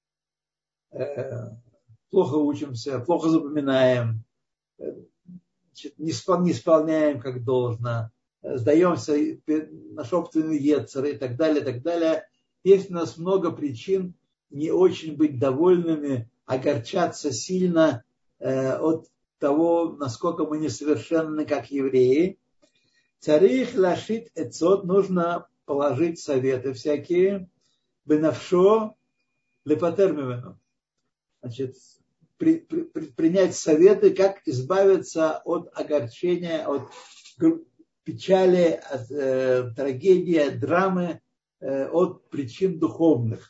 Плохо учимся, плохо запоминаем, не исполняем как должно, сдаемся на собственные ецеры и так далее, и так далее. Есть у нас много причин не очень быть довольными, огорчаться сильно от того, насколько мы несовершенны, как евреи. Царих лашит эцот, нужно положить советы всякие, бенавшо лепатер мивену. Значит, принять советы, как избавиться от огорчения, от печали, от трагедии, от драмы, от причин духовных.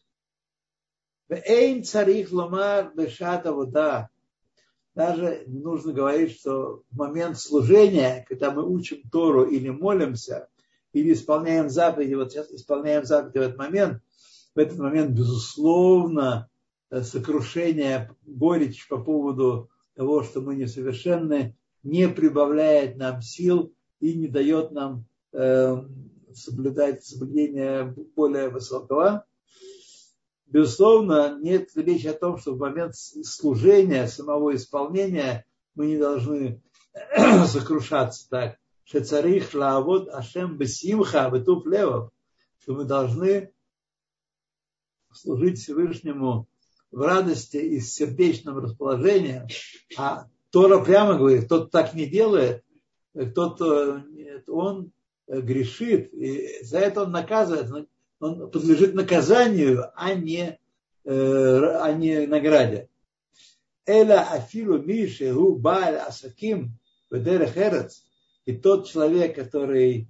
Эйн царих ломар бешата вода. Даже не нужно говорить, что в момент служения, когда мы учим Тору или молимся, или исполняем заповеди, вот сейчас исполняем заповеди в этот момент, безусловно, сокрушение, горечь по поводу того, что мы несовершенны, не прибавляет нам сил и не дает нам соблюдение более высокого. Безусловно, нет речи о том, что в момент служения, самого исполнения мы не должны сокрушаться так. Шецарих лаавод ашем бесимха ветуф левов, что мы должны служить Всевышнему в радости и с сердечным расположением. А Тора прямо говорит, тот так не делает, он грешит, и за это он наказывает, он подлежит наказанию, а не награде. Эла афилу миши гу баль асаким бедерех эрец. И тот человек, который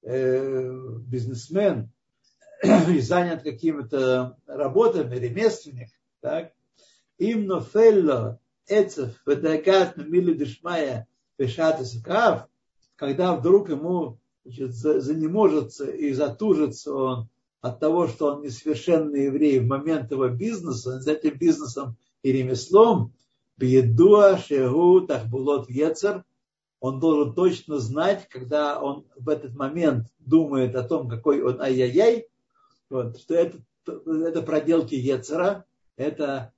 бизнесмен и занят какими-то работами, ремесленник, так, им нофелло эцев ведагат мили дешмая пешат исакав, когда вдруг ему, значит, занеможется и затужится он от того, что он несовершенный еврей в момент его бизнеса, с этим бизнесом и ремеслом, бьедуа шегу тахбулот ецер, он должен точно знать, когда он в этот момент думает о том, какой он ай-яй-яй, вот, что это проделки ецера, это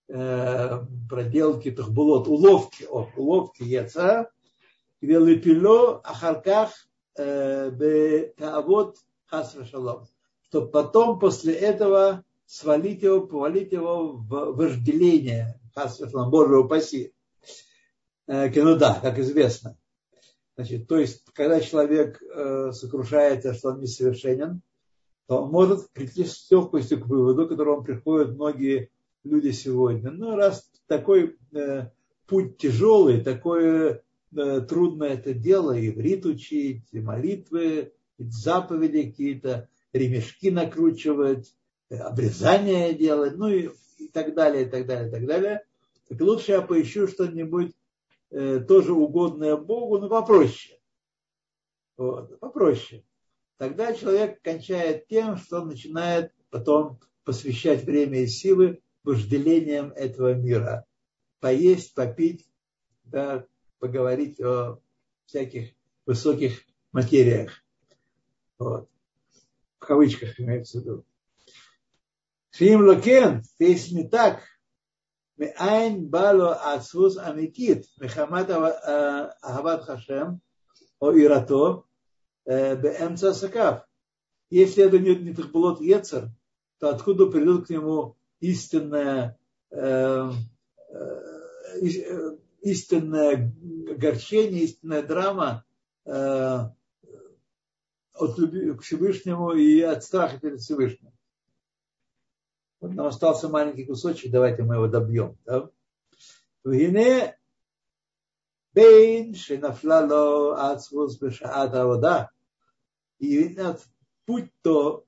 проделки тахбулот, уловки ецера, велепило ахарках бетаавот хас вешалом, чтобы потом после этого повалить его в вожделение, хас вешалом, Боже упаси. Кенуда, как известно. Значит, то есть, когда человек сокрушается, что он несовершенен, то он может прийти с легкостью к выводу, к которому приходят многие люди сегодня. Ну, раз такой путь тяжелый, такое трудное это дело, иврит учить, и молитвы, и заповеди какие-то, ремешки накручивать, обрезание делать, ну и так далее, и так далее, и так далее. Так лучше я поищу что-нибудь тоже угодное Богу, но попроще. Вот, попроще. Тогда человек кончает тем, что он начинает потом посвящать время и силы вожделениям этого мира. Поесть, попить, да, поговорить о всяких высоких материях. Вот. В кавычках имеется в виду. Шим локен, если не так, מאין בא לו עצבות אמיתית מחמת אהבת השם או יראתו באמצע עסקיו. Если это не тахбулот ецер, то откуда придет к нему истинное огорчение, истинная драма от любви к Всевышнему и от страха перед Всевышним. Вот нам остался маленький кусочек, давайте мы его добьем. Да? והנה בין שנפלה לו העצבות בשעת העבודה, и путь то,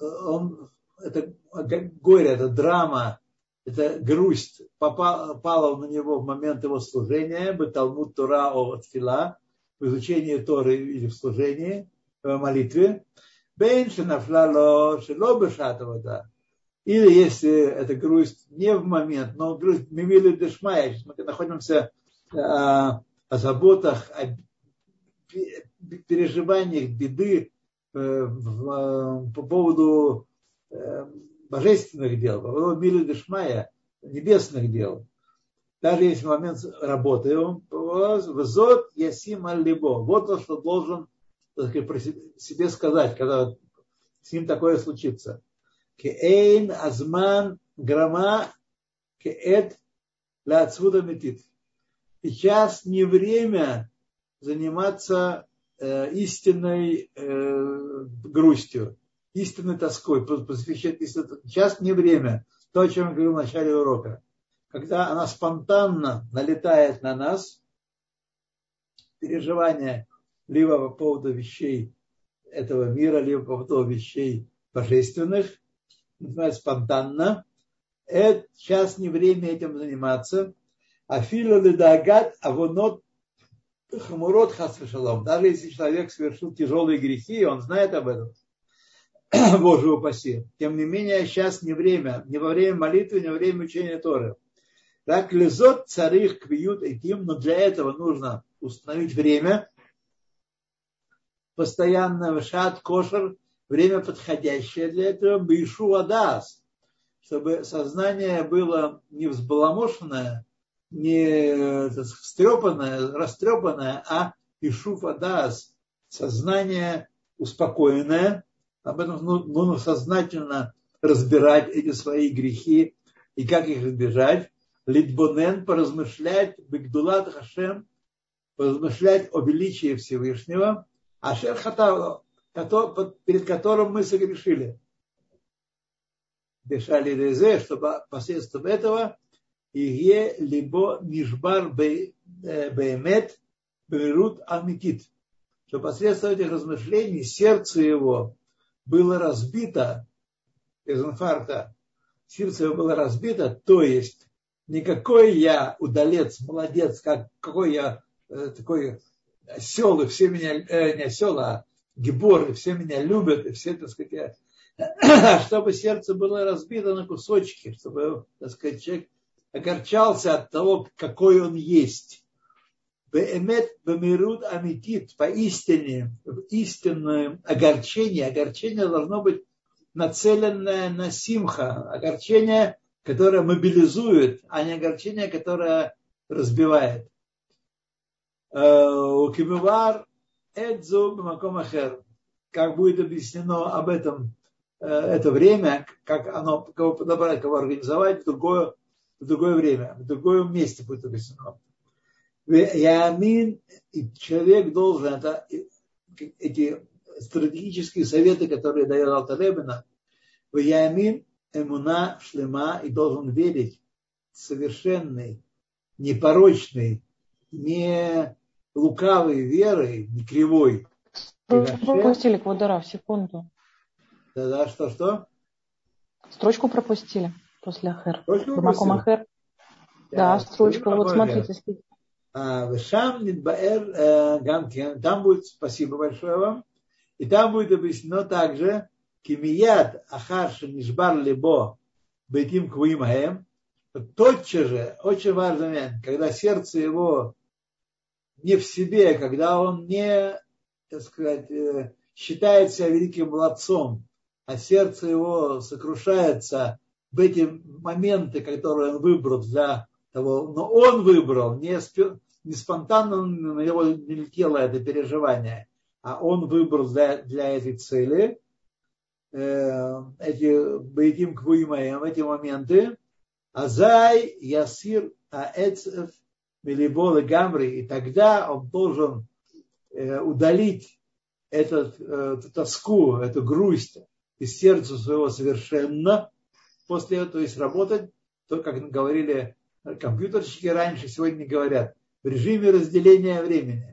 это горе, это драма, это грусть попала на него в момент его служения, Талмуд Тора о Тфила, в изучении Торы или в служении, в молитве, בין שנפלה לו שלא בשעת העבודה. Или если это грусть не в момент, но грусть мимили дешмая, мы находимся о заботах, о переживаниях беды по поводу божественных дел, по поводу мили дешмая, небесных дел. Даже если в момент работы, взот ясим аль-либо. Вот то, что должен, так сказать, про себе сказать, когда с ним такое случится. Кеэйн азман грама кеэт лаацвуда метит. Сейчас не время заниматься истинной грустью, истинной тоской, посвящать. Сейчас не время. То, о чем я говорил в начале урока. Когда она спонтанно налетает на нас, переживания либо по поводу вещей этого мира, либо по поводу вещей божественных, называется спонтанно. Это сейчас не время этим заниматься. Афилу ледагат авонот хамурот хас вешалом. Даже если человек совершил тяжелые грехи, он знает об этом. Боже упаси. Тем не менее, сейчас не время. Не во время молитвы, не во время учения Торы. Так лезот царих квиют этим, но для этого нужно установить время. Постоянно вешат кошер. Время подходящее для этого, бейшу адас, чтобы сознание было не взбаламошенное, не встрепанное, растрепанное, а бейшу адас, сознание успокоенное. Об этом нужно сознательно разбирать эти свои грехи и как их избежать. Литбонен, поразмышлять, бигдулат хашем, поразмышлять о величии Всевышнего, ашер хатавло, перед которым мы согрешили. Дешали резе, чтобы посредством этого Иге либо нишбар беемет берут амитит. Что посредством этих размышлений сердце его было разбито из инфаркта. Сердце его было разбито, то есть никакой я удалец, молодец, какой я такой осел, и все меня, не осел, а гибор, и все меня любят, и все, так сказать, чтобы сердце было разбито на кусочки, чтобы, так сказать, человек огорчался от того, какой он есть. Беэмет бемирут амитит, поистине, истинное огорчение. Огорчение должно быть нацеленное на симха, огорчение, которое мобилизует, а не огорчение, которое разбивает. Укимивар эдзу бмаком ахер. Как будет объяснено об этом это время, как оно, кого подобрать, кого организовать в другое время, в другом месте будет объяснено. Яамин, и человек должен, это эти стратегические советы, которые дает Алтер Ребе, Яамин эмуна шлема, и должен верить совершенной, непорочной, не лукавой верой, не кривой. Вы пропустили Квадара, секунду. Да, что? Строчку пропустили после Ахер. Маком Ахер. Да, строчка, вот смотрите. Там будет, спасибо большое вам, и там будет объяснено также, кимият ахарша нишбар либо бейтим квуим хаем, тотчас же, очень важный момент, когда сердце его не в себе, когда он не, так сказать, считает себя великим молодцом, а сердце его сокрушается в эти моменты, которые он выбрал для того, но он выбрал, не спонтанно на него не летело это переживание, а он выбрал для этой цели эти бейтим квуимаем, эти моменты, азай ясир аэцев милиболы гамри, и тогда он должен удалить эту тоску, эту грусть из сердца своего совершенно после этого, то есть работать, то, как говорили компьютерщики раньше, сегодня говорят, в режиме разделения времени.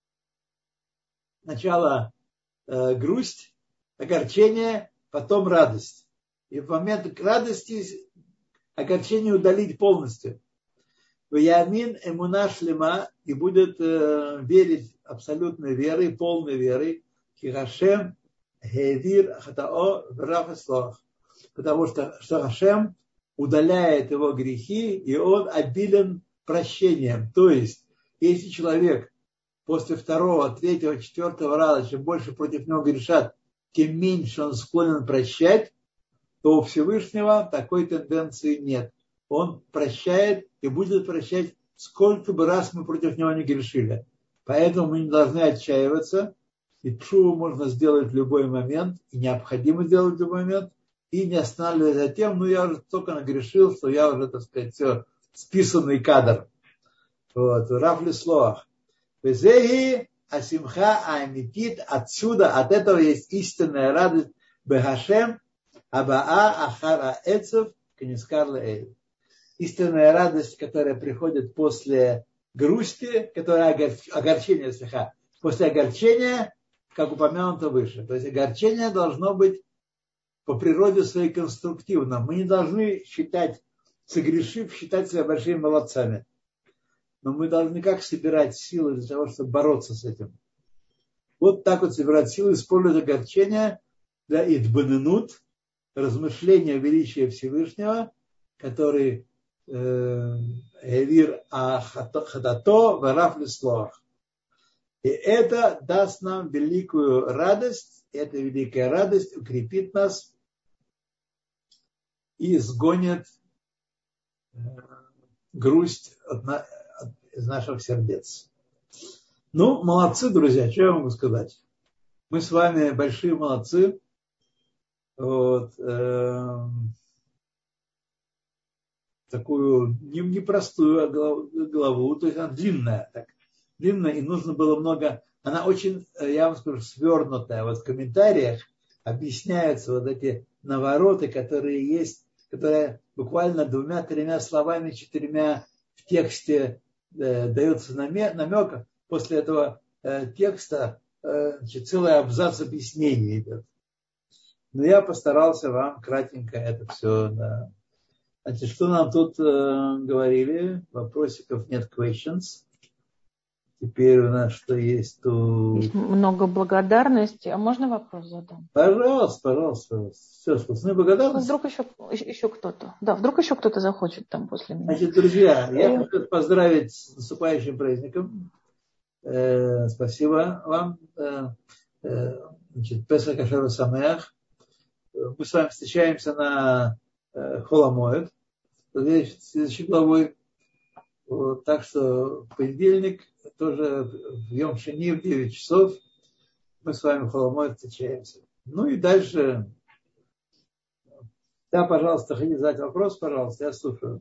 Сначала грусть, огорчение, потом радость. И в момент радости огорчение удалить полностью. Ваямин эмуна шлема, и будет верить абсолютной верой, полной верой, кихашем гевир хатао врафеслох, потому что Хашем удаляет его грехи, и он обилен прощением. То есть, если человек после второго, третьего, четвертого раза, чем больше против него грешат, тем меньше он склонен прощать, то у Всевышнего такой тенденции нет. Он прощает и будет прощать, сколько бы раз мы против него не грешили. Поэтому мы не должны отчаиваться, и тшуву можно сделать в любой момент, и необходимо сделать в любой момент, и не останавливаясь за тем, я уже столько нагрешил, что я уже, так сказать, все, списанный кадр. Вот, рафли слоах. Везеги асимха амитит, отсюда, от этого есть истинная радость бехашем, абаа ахара эцев, канискарла эйль. Истинная радость, которая приходит после грусти, которая огорчение, после огорчения, как упомянуто выше. То есть огорчение должно быть по природе своей конструктивно. Мы не должны считать, согрешив, считать себя большими молодцами. Но мы должны как собирать силы для того, чтобы бороться с этим. Вот так вот собирать силы, использовать огорчение для идбаненут, размышления величия Всевышнего, который эвир ахатато вараф лислоах. И это даст нам великую радость, эта великая радость укрепит нас и изгонит грусть из наших сердец. Ну, молодцы, друзья, что я могу сказать? Мы с вами большие молодцы. Вот, такую непростую главу, то есть она длинная, и нужно было много, она очень, я вам скажу, свернутая. Вот в комментариях объясняются вот эти навороты, которые есть, которые буквально 2-3 словами, 4 в тексте дается намек. После этого текста целый абзац объяснений идет. Но я постарался вам кратенько это все. Да. Значит, что нам тут говорили? Вопросиков нет, questions. Теперь у нас что есть тут? Есть много благодарности. А можно вопрос задам? Пожалуйста. Все, сплошные благодарности. Вдруг еще кто-то. Да, вдруг еще кто-то захочет там после меня. Значит, друзья, я хочу поздравить с наступающим праздником. Спасибо вам. Значит, Песах Кашер Самеах. Мы с вами встречаемся на Хол ха-Моэд, следующей главой. Вот, так что в понедельник, тоже в Йом Шени в 9 часов, мы с вами в Хол ха-Моэд встречаемся. Ну и дальше. Да, пожалуйста, хотите задать вопрос, пожалуйста, я слушаю.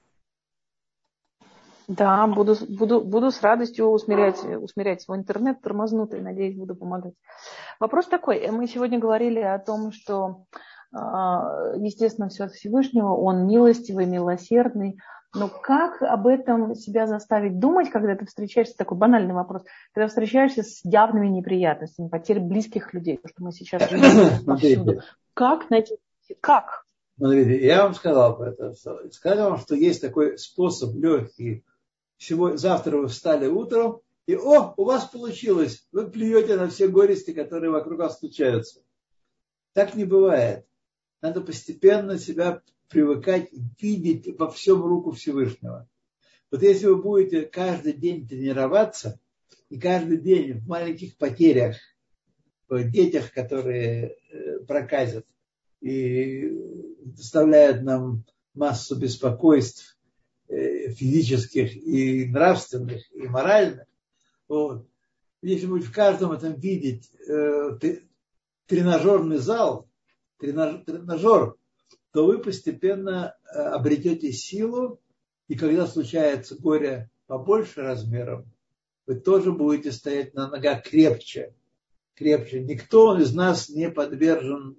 Да, буду с радостью усмирять свой интернет, тормознутый, надеюсь, буду помогать. Вопрос такой. Мы сегодня говорили о том, что, естественно, все от Всевышнего, он милостивый, милосердный. Но как об этом себя заставить думать, когда ты встречаешься, такой банальный вопрос, когда встречаешься с явными неприятностями, потерей близких людей, то, что мы сейчас видим повсюду. Как найти? Как? Смотрите, я вам сказал это. Сказал вам, что есть такой способ легкий. Завтра вы встали утром, и у вас получилось. Вы плюете на все горести, которые вокруг вас случаются. Так не бывает. Надо постепенно себя привыкать видеть во всем руку Всевышнего. Вот если вы будете каждый день тренироваться, и каждый день в маленьких потерях, в детях, которые проказят и доставляют нам массу беспокойств, физических и нравственных, и моральных. Вот. Если будет в каждом этом видеть тренажерный зал, тренажер, то вы постепенно обретете силу, и когда случается горе побольше размером, вы тоже будете стоять на ногах крепче. Никто из нас не подвержен,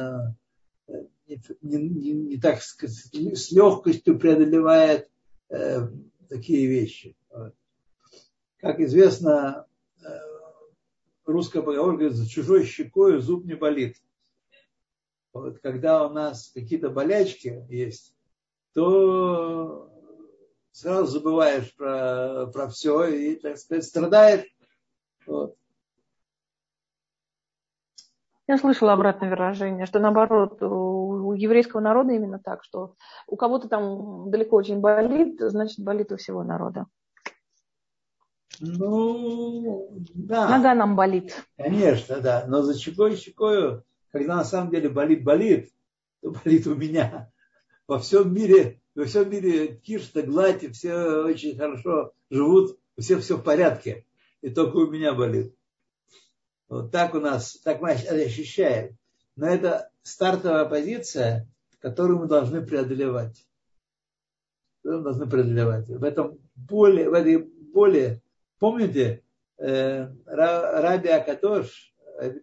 не так сказать, с легкостью преодолевает такие вещи. Как известно, русская поговорка говорит, за чужой щекой зуб не болит. Вот, когда у нас какие-то болячки есть, то сразу забываешь про все и, так сказать, страдаешь. Вот. Я слышала обратное выражение, что наоборот, у еврейского народа именно так, что у кого-то там далеко очень болит, значит болит у всего народа. Ну, да. Нога нам болит. Конечно, да. Но за щекою, когда на самом деле болит, то болит у меня. Во всем мире тишь-то гладь, и все очень хорошо живут, у всех все в порядке. И только у меня болит. Вот так так мы ощущаем. Но это стартовая позиция, которую мы должны преодолевать. В этой боли, помните, Раби Акадош,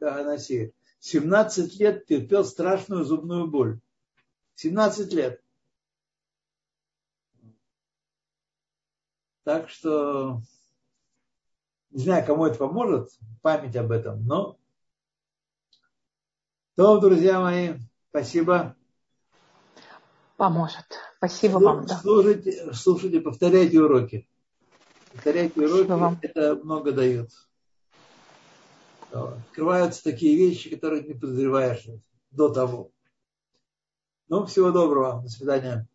17 лет терпел страшную зубную боль. 17 лет. Так что не знаю, кому это поможет, память об этом, но то, друзья мои, спасибо. Поможет. Спасибо вам. Да. Слушайте, повторяйте уроки. Это много дает. Открываются такие вещи, которые не подозреваешь до того. Ну, всего доброго. До свидания.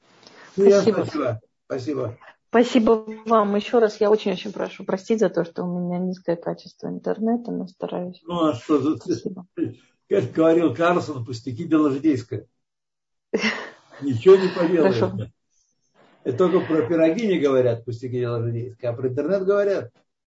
Спасибо. Спасибо вам еще раз. Я очень-очень прошу простить за то, что у меня низкое качество интернета, но стараюсь. Ну, а что тут? Как говорил Карлсон, пустяки дело житейское. Ничего не поделаешь. Это только про пироги не говорят, пустяки дело житейское, а про интернет говорят.